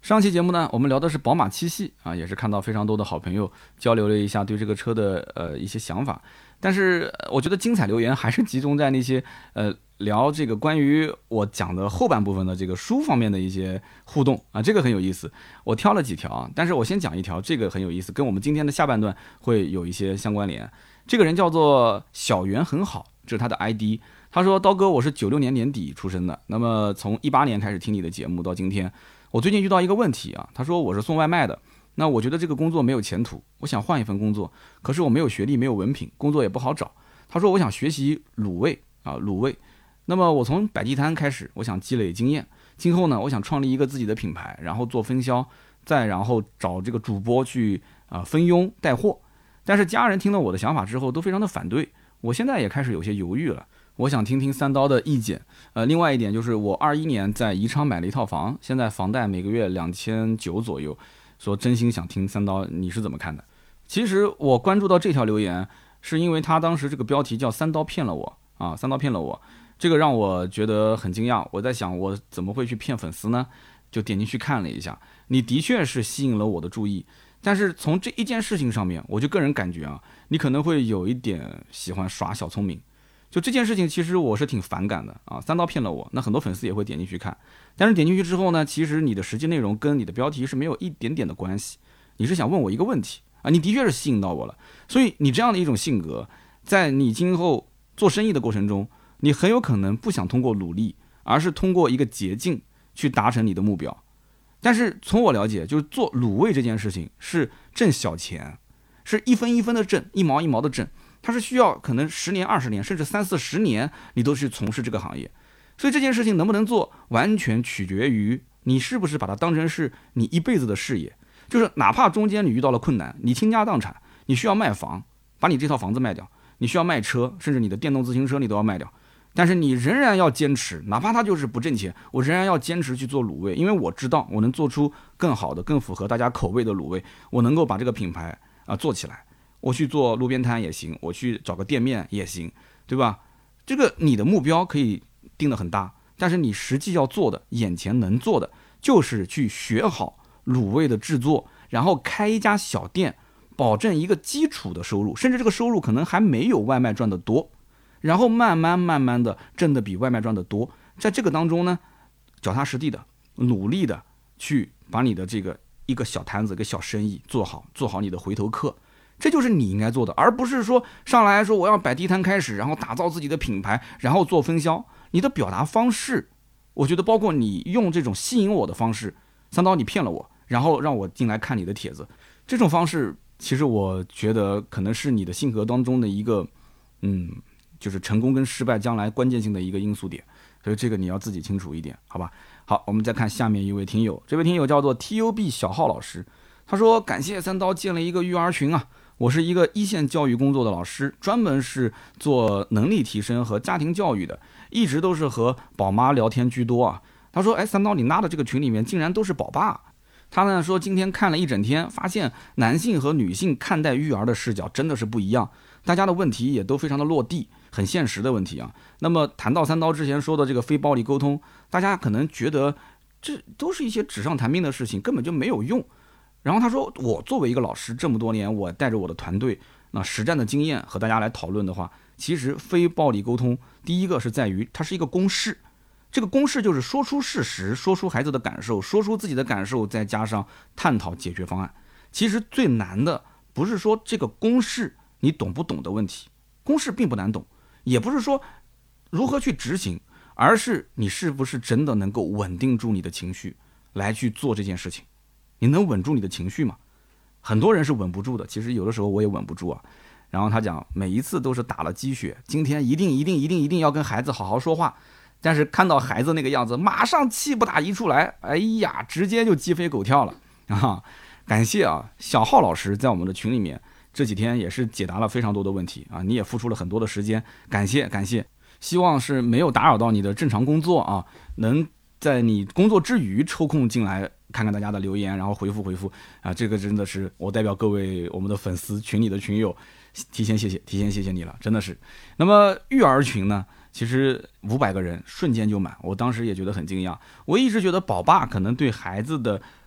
上期节目呢，我们聊的是宝马七系啊，也是看到非常多的好朋友交流了一下对这个车的呃一些想法，但是我觉得精彩留言还是集中在那些呃聊这个关于我讲的后半部分的这个书方面的一些互动啊，这个很有意思。我挑了几条啊，但是我先讲一条，这个很有意思，跟我们今天的下半段会有一些相关联。这个人叫做小袁很好，这是他的 I D。他说：刀哥，我是九六年年底出生的，那么从一八年开始听你的节目到今天。我最近遇到一个问题啊，他说我是送外卖的，那我觉得这个工作没有前途，我想换一份工作，可是我没有学历，没有文凭，工作也不好找。他说我想学习卤味啊，卤味。那么我从摆地摊开始，我想积累经验，今后呢，我想创立一个自己的品牌，然后做分销，再然后找这个主播去啊分佣带货。但是家人听了我的想法之后，都非常的反对，我现在也开始有些犹豫了。我想听听三刀的意见。呃，另外一点就是我二一年在宜昌买了一套房，现在房贷每个月两千九左右。说真心想听三刀你是怎么看的？其实我关注到这条留言，是因为他当时这个标题叫三刀骗了我啊，三刀骗了我，这个让我觉得很惊讶。我在想我怎么会去骗粉丝呢？就点进去看了一下，你的确是吸引了我的注意。但是从这一件事情上面，我就个人感觉啊，你可能会有一点喜欢耍小聪明。就这件事情，其实我是挺反感的啊！三刀骗了我，那很多粉丝也会点进去看，但是点进去之后呢，其实你的实际内容跟你的标题是没有一点点的关系。你是想问我一个问题啊？你的确是吸引到我了，所以你这样的一种性格，在你今后做生意的过程中，你很有可能不想通过努力，而是通过一个捷径去达成你的目标。但是从我了解，就是做卤味这件事情是挣小钱，是一分一分的挣，一毛一毛的挣。它是需要可能十年、二十年，甚至三四十年，你都去从事这个行业。所以这件事情能不能做，完全取决于你是不是把它当成是你一辈子的事业。就是哪怕中间你遇到了困难，你倾家荡产，你需要卖房，把你这套房子卖掉，你需要卖车，甚至你的电动自行车你都要卖掉，但是你仍然要坚持，哪怕它就是不挣钱，我仍然要坚持去做卤味，因为我知道我能做出更好的、更符合大家口味的卤味，我能够把这个品牌啊、呃、做起来。我去做路边摊也行，我去找个店面也行，对吧？这个你的目标可以定得很大，但是你实际要做的，眼前能做的，就是去学好卤味的制作，然后开一家小店，保证一个基础的收入，甚至这个收入可能还没有外卖赚得多，然后慢慢慢慢的挣得比外卖赚得多。在这个当中呢，脚踏实地的、努力的去把你的这个一个小摊子、一个小生意做好，做好你的回头客。这就是你应该做的，而不是说上来说我要摆地摊开始，然后打造自己的品牌，然后做分销。你的表达方式，我觉得包括你用这种吸引我的方式，三刀你骗了我，然后让我进来看你的帖子，这种方式其实我觉得可能是你的性格当中的一个，嗯，就是成功跟失败将来关键性的一个因素点，所以这个你要自己清楚一点，好吧？好，我们再看下面一位听友，这位听友叫做 T U B 小号老师，他说感谢三刀建了一个育儿群啊。我是一个一线教育工作的老师，专门是做能力提升和家庭教育的，一直都是和宝妈聊天居多啊。他说：“哎，三刀，你拉的这个群里面竟然都是宝爸。”他呢说，今天看了一整天，发现男性和女性看待育儿的视角真的是不一样，大家的问题也都非常的落地，很现实的问题啊。那么谈到三刀之前说的这个非暴力沟通，大家可能觉得这都是一些纸上谈兵的事情，根本就没有用。然后他说，我作为一个老师这么多年，我带着我的团队那实战的经验和大家来讨论的话，其实非暴力沟通第一个是在于它是一个公式，这个公式就是说出事实，说出孩子的感受，说出自己的感受，再加上探讨解决方案。其实最难的不是说这个公式你懂不懂的问题，公式并不难懂，也不是说如何去执行，而是你是不是真的能够稳定住你的情绪来去做这件事情。你能稳住你的情绪吗？很多人是稳不住的，其实有的时候我也稳不住啊。然后他讲，每一次都是打了鸡血，今天一定一定一定一定要跟孩子好好说话，但是看到孩子那个样子，马上气不打一处来，哎呀，直接就鸡飞狗跳了啊！感谢啊，小浩老师在我们的群里面这几天也是解答了非常多的问题啊，你也付出了很多的时间，感谢感谢，希望是没有打扰到你的正常工作啊，能在你工作之余抽空进来看看大家的留言，然后回复回复啊，这个真的是我代表各位我们的粉丝群里的群友提前谢谢，提前谢谢你了，真的是。那么育儿群呢，其实五百个人瞬间就满，我当时也觉得很惊讶。我一直觉得宝爸可能对孩子的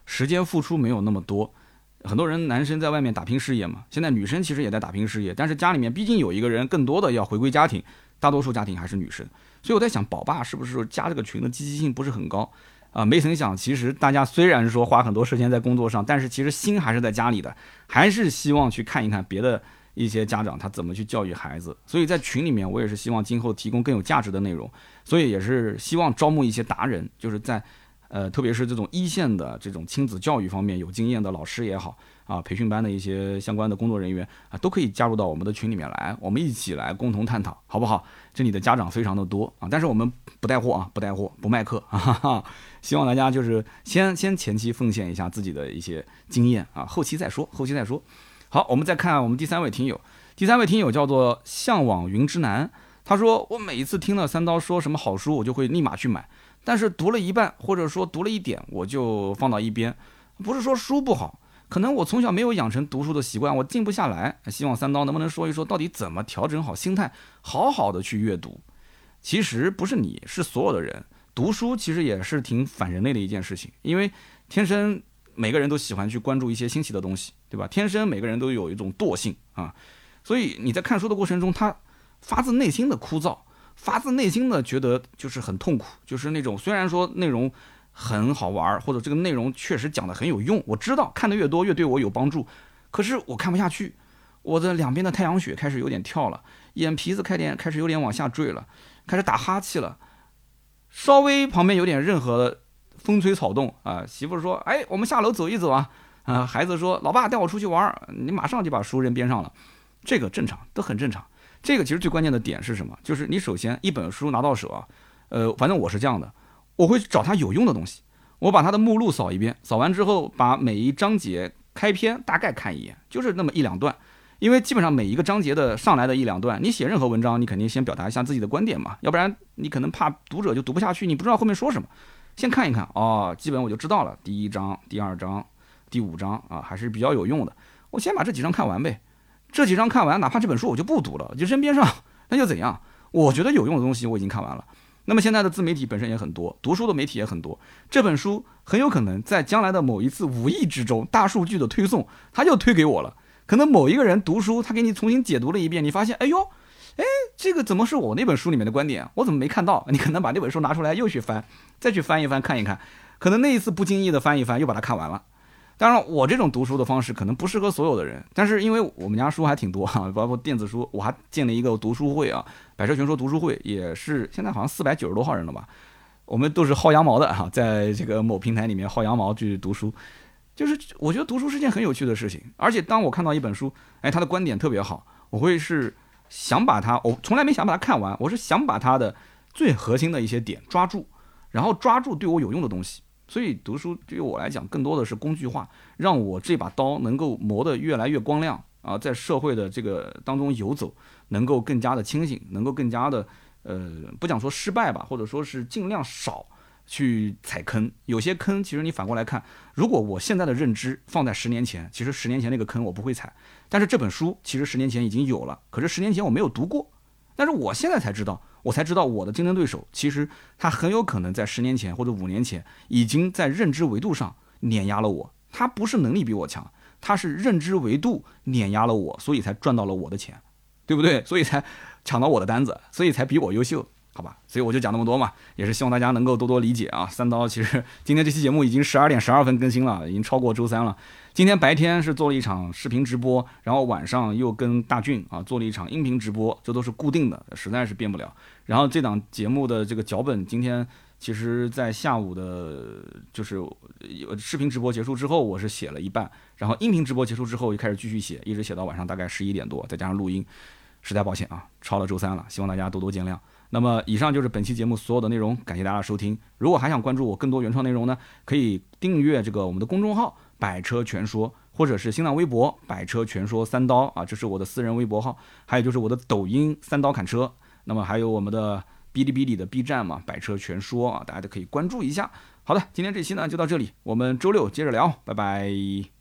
时间付出没有那么多。很多人男生在外面打拼事业嘛，现在女生其实也在打拼事业，但是家里面毕竟有一个人更多的要回归家庭，大多数家庭还是女生。所以我在想，宝爸是不是加这个群的积极性不是很高啊？没曾想，其实大家虽然说花很多时间在工作上，但是其实心还是在家里的，还是希望去看一看别的一些家长他怎么去教育孩子。所以在群里面，我也是希望今后提供更有价值的内容，所以也是希望招募一些达人，就是在呃，特别是这种一线的这种亲子教育方面有经验的老师也好啊，培训班的一些相关的工作人员啊，都可以加入到我们的群里面来，我们一起来共同探讨，好不好？这里的家长非常的多啊，但是我们不带货啊，不带货，不卖课啊哈哈，希望大家就是先先前期奉献一下自己的一些经验啊，后期再说，后期再说。好，我们再看我们第三位听友，第三位听友叫做向往云之南，他说我每一次听了三刀说什么好书，我就会立马去买。但是读了一半，或者说读了一点，我就放到一边。不是说书不好，可能我从小没有养成读书的习惯，我静不下来。希望三刀能不能说一说，到底怎么调整好心态，好好的去阅读。其实不是你，是所有的人读书，其实也是挺反人类的一件事情，因为天生每个人都喜欢去关注一些新奇的东西，对吧？天生每个人都有一种惰性啊，所以你在看书的过程中，他发自内心的枯燥。发自内心的觉得就是很痛苦，就是那种虽然说内容很好玩，或者这个内容确实讲的很有用，我知道看的越多越对我有帮助，可是我看不下去，我的两边的太阳穴开始有点跳了，眼皮子开点开始有点往下坠了，开始打哈气了，稍微旁边有点任何的风吹草动啊，媳妇说，哎，我们下楼走一走啊，啊，孩子说，老爸带我出去玩，你马上就把书扔边上了，这个正常，都很正常。这个其实最关键的点是什么？就是你首先一本书拿到手啊，呃，反正我是这样的，我会找它有用的东西，我把它的目录扫一遍，扫完之后把每一章节开篇大概看一眼，就是那么一两段，因为基本上每一个章节的上来的一两段，你写任何文章，你肯定先表达一下自己的观点嘛，要不然你可能怕读者就读不下去，你不知道后面说什么，先看一看哦，基本我就知道了，第一章、第二章、第五章啊，还是比较有用的，我先把这几章看完呗。这几章看完，哪怕这本书我就不读了，就扔边上，那就怎样？我觉得有用的东西我已经看完了。那么现在的自媒体本身也很多，读书的媒体也很多，这本书很有可能在将来的某一次无意之中，大数据的推送，它就推给我了。可能某一个人读书，他给你重新解读了一遍，你发现，哎呦，哎，这个怎么是我那本书里面的观点？我怎么没看到？你可能把那本书拿出来又去翻，再去翻一翻看一看，可能那一次不经意的翻一翻，又把它看完了。当然，我这种读书的方式可能不适合所有的人，但是因为我们家书还挺多哈，包括电子书，我还建了一个读书会啊，百车全说读书会，也是现在好像四百九十多号人了吧，我们都是薅羊毛的哈，在这个某平台里面薅羊毛去读书，就是我觉得读书是件很有趣的事情，而且当我看到一本书，哎，他的观点特别好，我会是想把它，我从来没想把它看完，我是想把它的最核心的一些点抓住，然后抓住对我有用的东西。所以读书对于我来讲更多的是工具化，让我这把刀能够磨得越来越光亮啊，在社会的这个当中游走，能够更加的清醒，能够更加的呃，不讲说失败吧，或者说是尽量少去踩坑。有些坑其实你反过来看，如果我现在的认知放在十年前，其实十年前那个坑我不会踩，但是这本书其实十年前已经有了，可是十年前我没有读过，但是我现在才知道。我才知道我的竞争对手其实他很有可能在十年前或者五年前已经在认知维度上碾压了我，他不是能力比我强，他是认知维度碾压了我，所以才赚到了我的钱，对不对？所以才抢到我的单子，所以才比我优秀，好吧？所以我就讲那么多嘛，也是希望大家能够多多理解啊。三刀其实今天这期节目已经十二点十二分更新了，已经超过周三了。今天白天是做了一场视频直播，然后晚上又跟大俊啊做了一场音频直播，这都是固定的，实在是变不了。然后这档节目的这个脚本，今天其实在下午的，就是视频直播结束之后，我是写了一半，然后音频直播结束之后又开始继续写，一直写到晚上大概十一点多，再加上录音，实在抱歉啊，超了周三了，希望大家多多见谅。那么以上就是本期节目所有的内容，感谢大家的收听。如果还想关注我更多原创内容呢，可以订阅这个我们的公众号百车全说，或者是新浪微博百车全说三刀啊，这是我的私人微博号，还有就是我的抖音三刀砍车，那么还有我们的哔哩哔哩的 B 站嘛，百车全说啊，大家都可以关注一下。好的，今天这期呢就到这里，我们周六接着聊，拜拜。